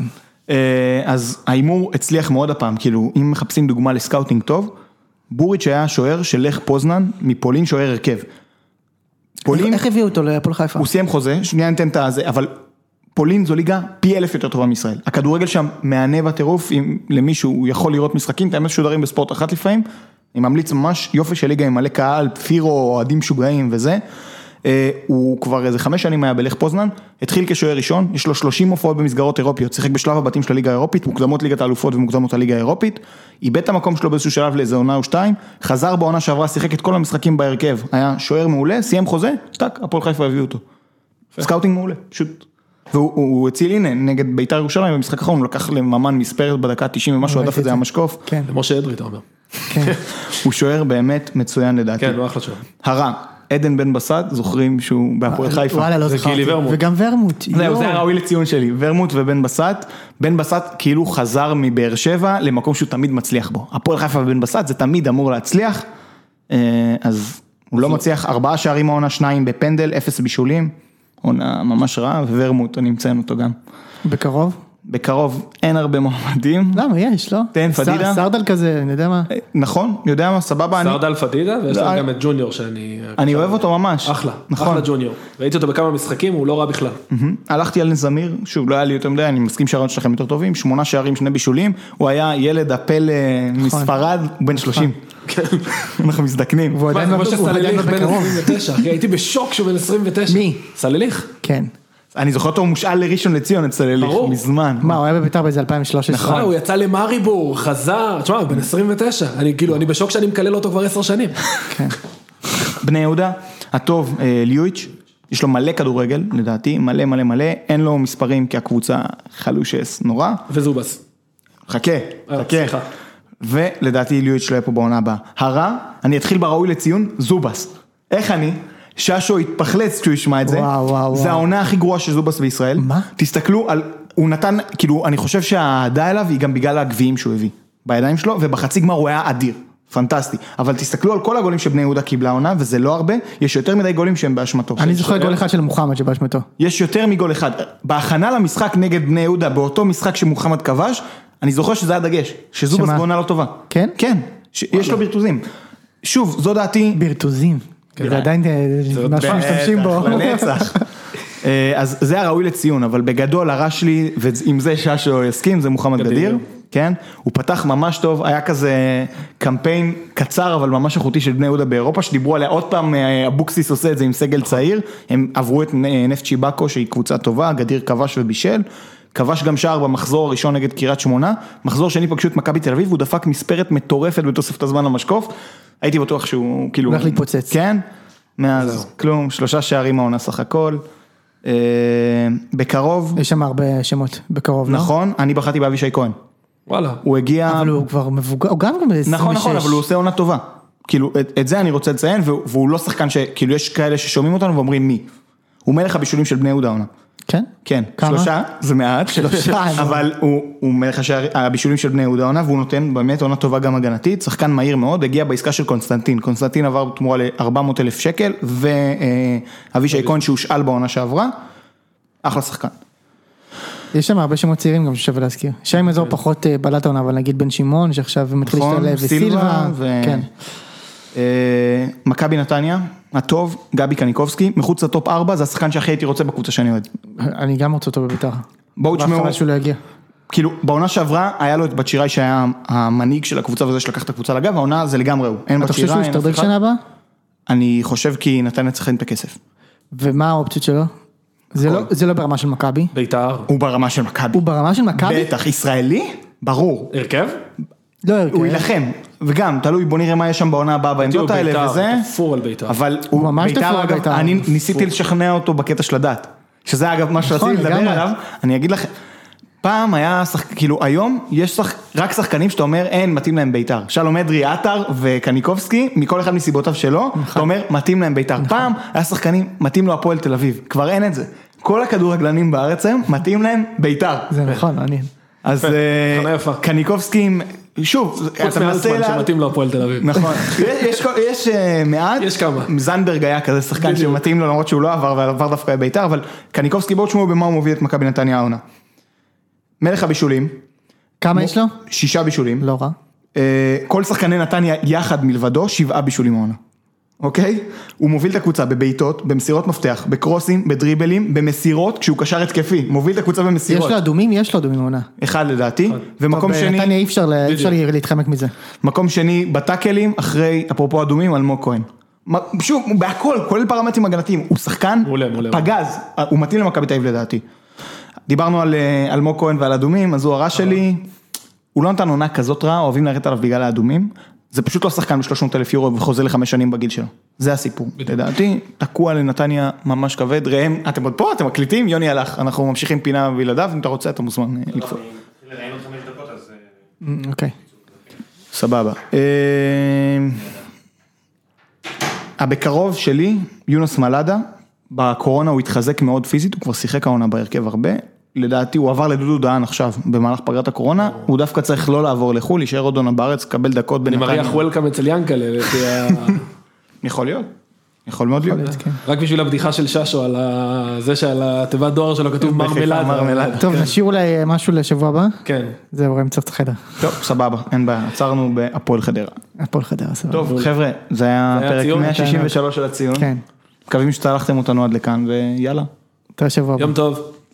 אז האימור הצליח מאוד הפעם, כאילו אם מחפשים דוגמה לסקאוטינג טוב, בוריץ' היה שוער של לך פוזנן, מפולין שוער הרכב. פולין, איך הביאו אותו להפועל חיפה? הוא סיים חוזה, שנייה ניתן את הזה, אבל פולין זו ליגה פי אלף יותר טובה מישראל. הכדורגל שם מענה בטירוף, אם למישהו יכול לראות משחקים, תאמת שודרים בספורט אחת לפעמים, אני ממליץ ממש יופי של ליגה עם מלא קהל, פירו, אוהדים שוגעים וזה, הוא כבר איזה חמש שנים היה בלך פוזנן, התחיל כשוער ראשון, יש לו שלושים הופעות במסגרות אירופיות, שיחק בשלב הבתים של הליגה האירופית, מוקדמות ליגת האלופות ומוקדמות הליגה האירופית, איבד את המקום שלו באיזשהו שלב לאיזה עונה או שתיים, חזר בעונה שעברה, שיחק את כל המשחקים בהרכב, היה שוער מעולה, סיים חוזה, טק, הפועל חיפה הביאו אותו. סקאוטינג מעולה, פשוט. והוא הציל הנה, נגד בית"ר ירושלים, במשחק האחרון, הוא לקח לממן מספרת בדקה תשעים ומשהו, הדף הזה היה משקוף. כן. למשה אדרי, אתה אומר. כן. הוא שוער באמת מצוין לדעתי. כן, הוא אחלה שוער. הרע. עדן בן בסט, זוכרים שהוא בהפועל חיפה. וואלה, לא זכרתי. וגם ורמוט. זהו, זה הראוי לציון שלי. ורמוט ובן בסט. בן בסט כאילו חזר מבאר שבע למקום שהוא תמיד מצליח בו. הפועל חיפה ובן בסט זה תמיד אמור להצליח. אז הוא לא מצליח ארבעה שערים העונה, שניים בפנדל, אפס בישולים. עונה ממש רעה, וורמוט, אני מציין אותו גם. בקרוב? בקרוב אין הרבה מועמדים. למה, יש, לא? תן, פדידה. סרדל כזה, אני יודע מה. נכון, יודע מה, סבבה. סרדל פדידה, ויש לו גם את ג'וניור שאני... אני אוהב אותו ממש. אחלה, אחלה ג'וניור. ראיתי אותו בכמה משחקים, הוא לא רע בכלל. הלכתי על נזמיר, שוב, לא היה לי יותר מדי, אני מסכים שהרעיונות שלכם יותר טובים, שמונה שערים, שני בישולים, הוא היה ילד הפל מספרד, בן שלושים. אנחנו מזדקנים. מה, כמו שסלליך בן עשרים ותשע, הייתי בשוק שהוא בן עשרים ותשע. מי? סלליך? כן. אני זוכר אותו מושאל לראשון לציון אצל אליך, מזמן. מה, הוא היה בביתר באיזה אלפיים ושלוש עשרה. נכון, הוא יצא למריבור, חזר, תשמע, הוא בן עשרים ותשע, אני כאילו, אני בשוק שאני מקלל אותו כבר עשר שנים. כן. בני יהודה, הטוב, ליואיץ', יש לו מלא כדורגל, לדעתי, מלא מלא מלא, אין לו מספרים כי הקבוצה חלושס נורא. וזובס. חכה, חכה. ולדעתי ליואיץ' לא יהיה פה בעונה הבאה. הרע, אני אתחיל בראוי לציון, זובס. איך אני? ששו התפחלץ כשהוא ישמע את זה, וואו, וואו, זה העונה הכי גרועה של זובס בישראל. מה? תסתכלו על, הוא נתן, כאילו, אני חושב שההעדה אליו היא גם בגלל הגביעים שהוא הביא, בידיים שלו, ובחצי גמר הוא היה אדיר, פנטסטי, אבל תסתכלו על כל הגולים שבני יהודה קיבלה עונה, וזה לא הרבה, יש יותר מדי גולים שהם באשמתו. אני זוכר גול אחד של מוחמד שבאשמתו. יש יותר מגול אחד, בהכנה למשחק נגד בני יהודה, באותו משחק שמוחמד כבש, אני זוכר שזה היה דגש, שזובס בעונה לא טובה. כן? כן, יש לו בירטוזים. שוב, זו דעתי. בירטוזים. זה עדיין משהו משתמשים בו. אז זה הראוי לציון, אבל בגדול הרע שלי, ועם זה ששו יסכים, זה מוחמד גדיר. כן? הוא פתח ממש טוב, היה כזה קמפיין קצר, אבל ממש איכותי של בני יהודה באירופה, שדיברו עליה עוד פעם, אבוקסיס עושה את זה עם סגל צעיר, הם עברו את נפט שיבאקו, שהיא קבוצה טובה, גדיר כבש ובישל, כבש גם שער במחזור הראשון נגד קריית שמונה, מחזור שני פגשו את מכבי תל אביב, הוא דפק מספרת מטורפת בתוספת הזמן למשקוף, הייתי בטוח שהוא כאילו... הולך להתפוצץ. כן, מאז כלום, שלושה שערים העונה סך הכל, בקרוב... יש שם הרבה שמות, בקרוב, לא? נכון, אני בחרתי באבישי כהן. וואלה. הוא הגיע... אבל הוא כבר מבוגר, הוא גם גם ב-עשרים ושש. נכון, נכון, אבל הוא עושה עונה טובה. כאילו, את, את זה אני רוצה לציין, והוא לא שחקן ש... כאילו, יש כאלה ששומעים אותנו ואומרים מי. הוא מלך הבישולים של בני יהודה עונה. כן? כן. כמה? שלושה, זה מעט. שלושה. אבל הוא, הוא מלך הבישולים של בני יהודה עונה, והוא נותן באמת עונה טובה גם הגנתית, שחקן מהיר מאוד, הגיע בעסקה של קונסטנטין. קונסטנטין עבר תמורה ל-ארבע מאות אלף שקל, ואבישי כהן שהושאל בעונה שעברה, אחלה שחקן. יש שם הרבה שמות צעירים גם ששווה להזכיר. שם אזור פחות בלט העונה, אבל נגיד בן שמעון, שעכשיו מתחיל להשתלב, וסילבה, כן. מכבי נתניה, הטוב, גבי קניקובסקי, מחוץ לטופ ארבע, זה השחקן שהכי הייתי רוצה בקבוצה שאני אוהד. אני גם רוצה אותו בביתר. בואו תשמעו. חבל שהוא לא יגיע. כאילו, בעונה שעברה, היה לו את בת שיראי שהיה המנהיג של הקבוצה וזה שלקח את הקבוצה לגב, העונה זה לגמרי הוא. אתה חושב שהוא ישתדרג שנה הבאה? אני חושב כי נתניה צריכים את הכסף. ומה האופציות שלו? זה לא, זה לא ברמה של מכבי. ביתר. הוא ברמה של מכבי. הוא ברמה של מכבי? בטח, ישראלי? ברור. הרכב? לא הרכב. הוא ילחם, וגם, תלוי, בוא נראה מה יש שם בעונה הבאה בעמדות האלה וזה. תפור על ביתר. אבל הוא ממש תפור על ביתר. אני ניסיתי לשכנע אותו בקטע של הדת. שזה אגב מה שרציתי לדבר עליו. אני אגיד לכם, פעם היה, כאילו היום יש רק שחקנים שאתה אומר אין, מתאים להם ביתר. שלום אדרי, עטר וקניקובסקי, מכל אחד מסיבותיו שלו, אתה אומר מתאים להם ביתר. פעם היה שחקנים, מתאים לו הפועל תל אביב. כבר אין את זה. כל הכדורגלנים בארץ היום, מתאים להם ביתר. זה נכון, מעניין. אז קניקובסקי, שוב, חוץ מאלטמן שמתאים לו הפועל תל אביב. נכון, יש מעט, יש כמה. זנדברג היה כזה שחקן שמתאים לו למרות שהוא לא עבר, ועבר דווקא בביתר, אבל קניקובסקי בואו תשמעו במה הוא מוביל את מכבי נתניה העונה. מלך הבישולים. כמה יש לו? שישה בישולים. לא רע. כל שחקני נתניה יחד מלבדו, שבעה בישולים העונה. אוקיי? הוא מוביל את הקבוצה בביתות, במסירות מפתח, בקרוסים, בדריבלים, במסירות, כשהוא קשר התקפי, מוביל את הקבוצה במסירות. יש לו אדומים? יש לו אדומים עונה. אחד לדעתי, ומקום שני... נתניה אי אפשר להתחמק מזה. מקום שני, בטאקלים, אחרי, אפרופו אדומים, אלמוג כהן. שוב, בהכל, כולל פרמטרים הגנתיים, הוא שחקן פגז, הוא מתאים למכבי תל אביב לדעתי. דיברנו על אלמוג כהן ועל אדומים, אז הוא הרע שלי, הוא לא נתן עונה כזאת רעה, אוהבים לרדת עליו בגלל האדומים, זה פשוט לא שחקן ב-שלוש מאות אלף יורו וחוזר לחמש שנים בגיל שלו. זה הסיפור. לדעתי, תקוע לנתניה ממש כבד. ראם, אתם עוד פה, אתם מקליטים, יוני הלך. אנחנו ממשיכים פינה בלעדיו, אם אתה רוצה, אתה מוזמן לקפוא. ראינו עוד חמש דקות, אז... אוקיי. סבבה. הבקרוב שלי, יונס מלאדה, בקורונה הוא התחזק מאוד פיזית, הוא כבר שיחק העונה בהרכב הרבה. לדעתי הוא עבר לדודו דהן עכשיו, במהלך פגרת הקורונה, הוא דווקא צריך לא לעבור לחול, להישאר עוד עונה בארץ, קבל דקות בנתניה. אני מריח וולקאם אצל ינקלה, יכול להיות, יכול מאוד להיות. רק בשביל הבדיחה של ששו, על זה שעל התיבת דואר שלו כתוב מרמלדה. טוב, נשאיר אולי משהו לשבוע הבא? כן. זהו, ראם צריך את החדר. טוב, סבבה, אין בעיה, עצרנו בהפועל חדרה. הפועל חדרה, סבבה. טוב, חבר'ה, זה היה פרק מאה שישים ושלוש של הציון. כן. מקווים שצלחתם אותנו עד לכאן, ויאללה. תראה שבוע הבא. יום טוב.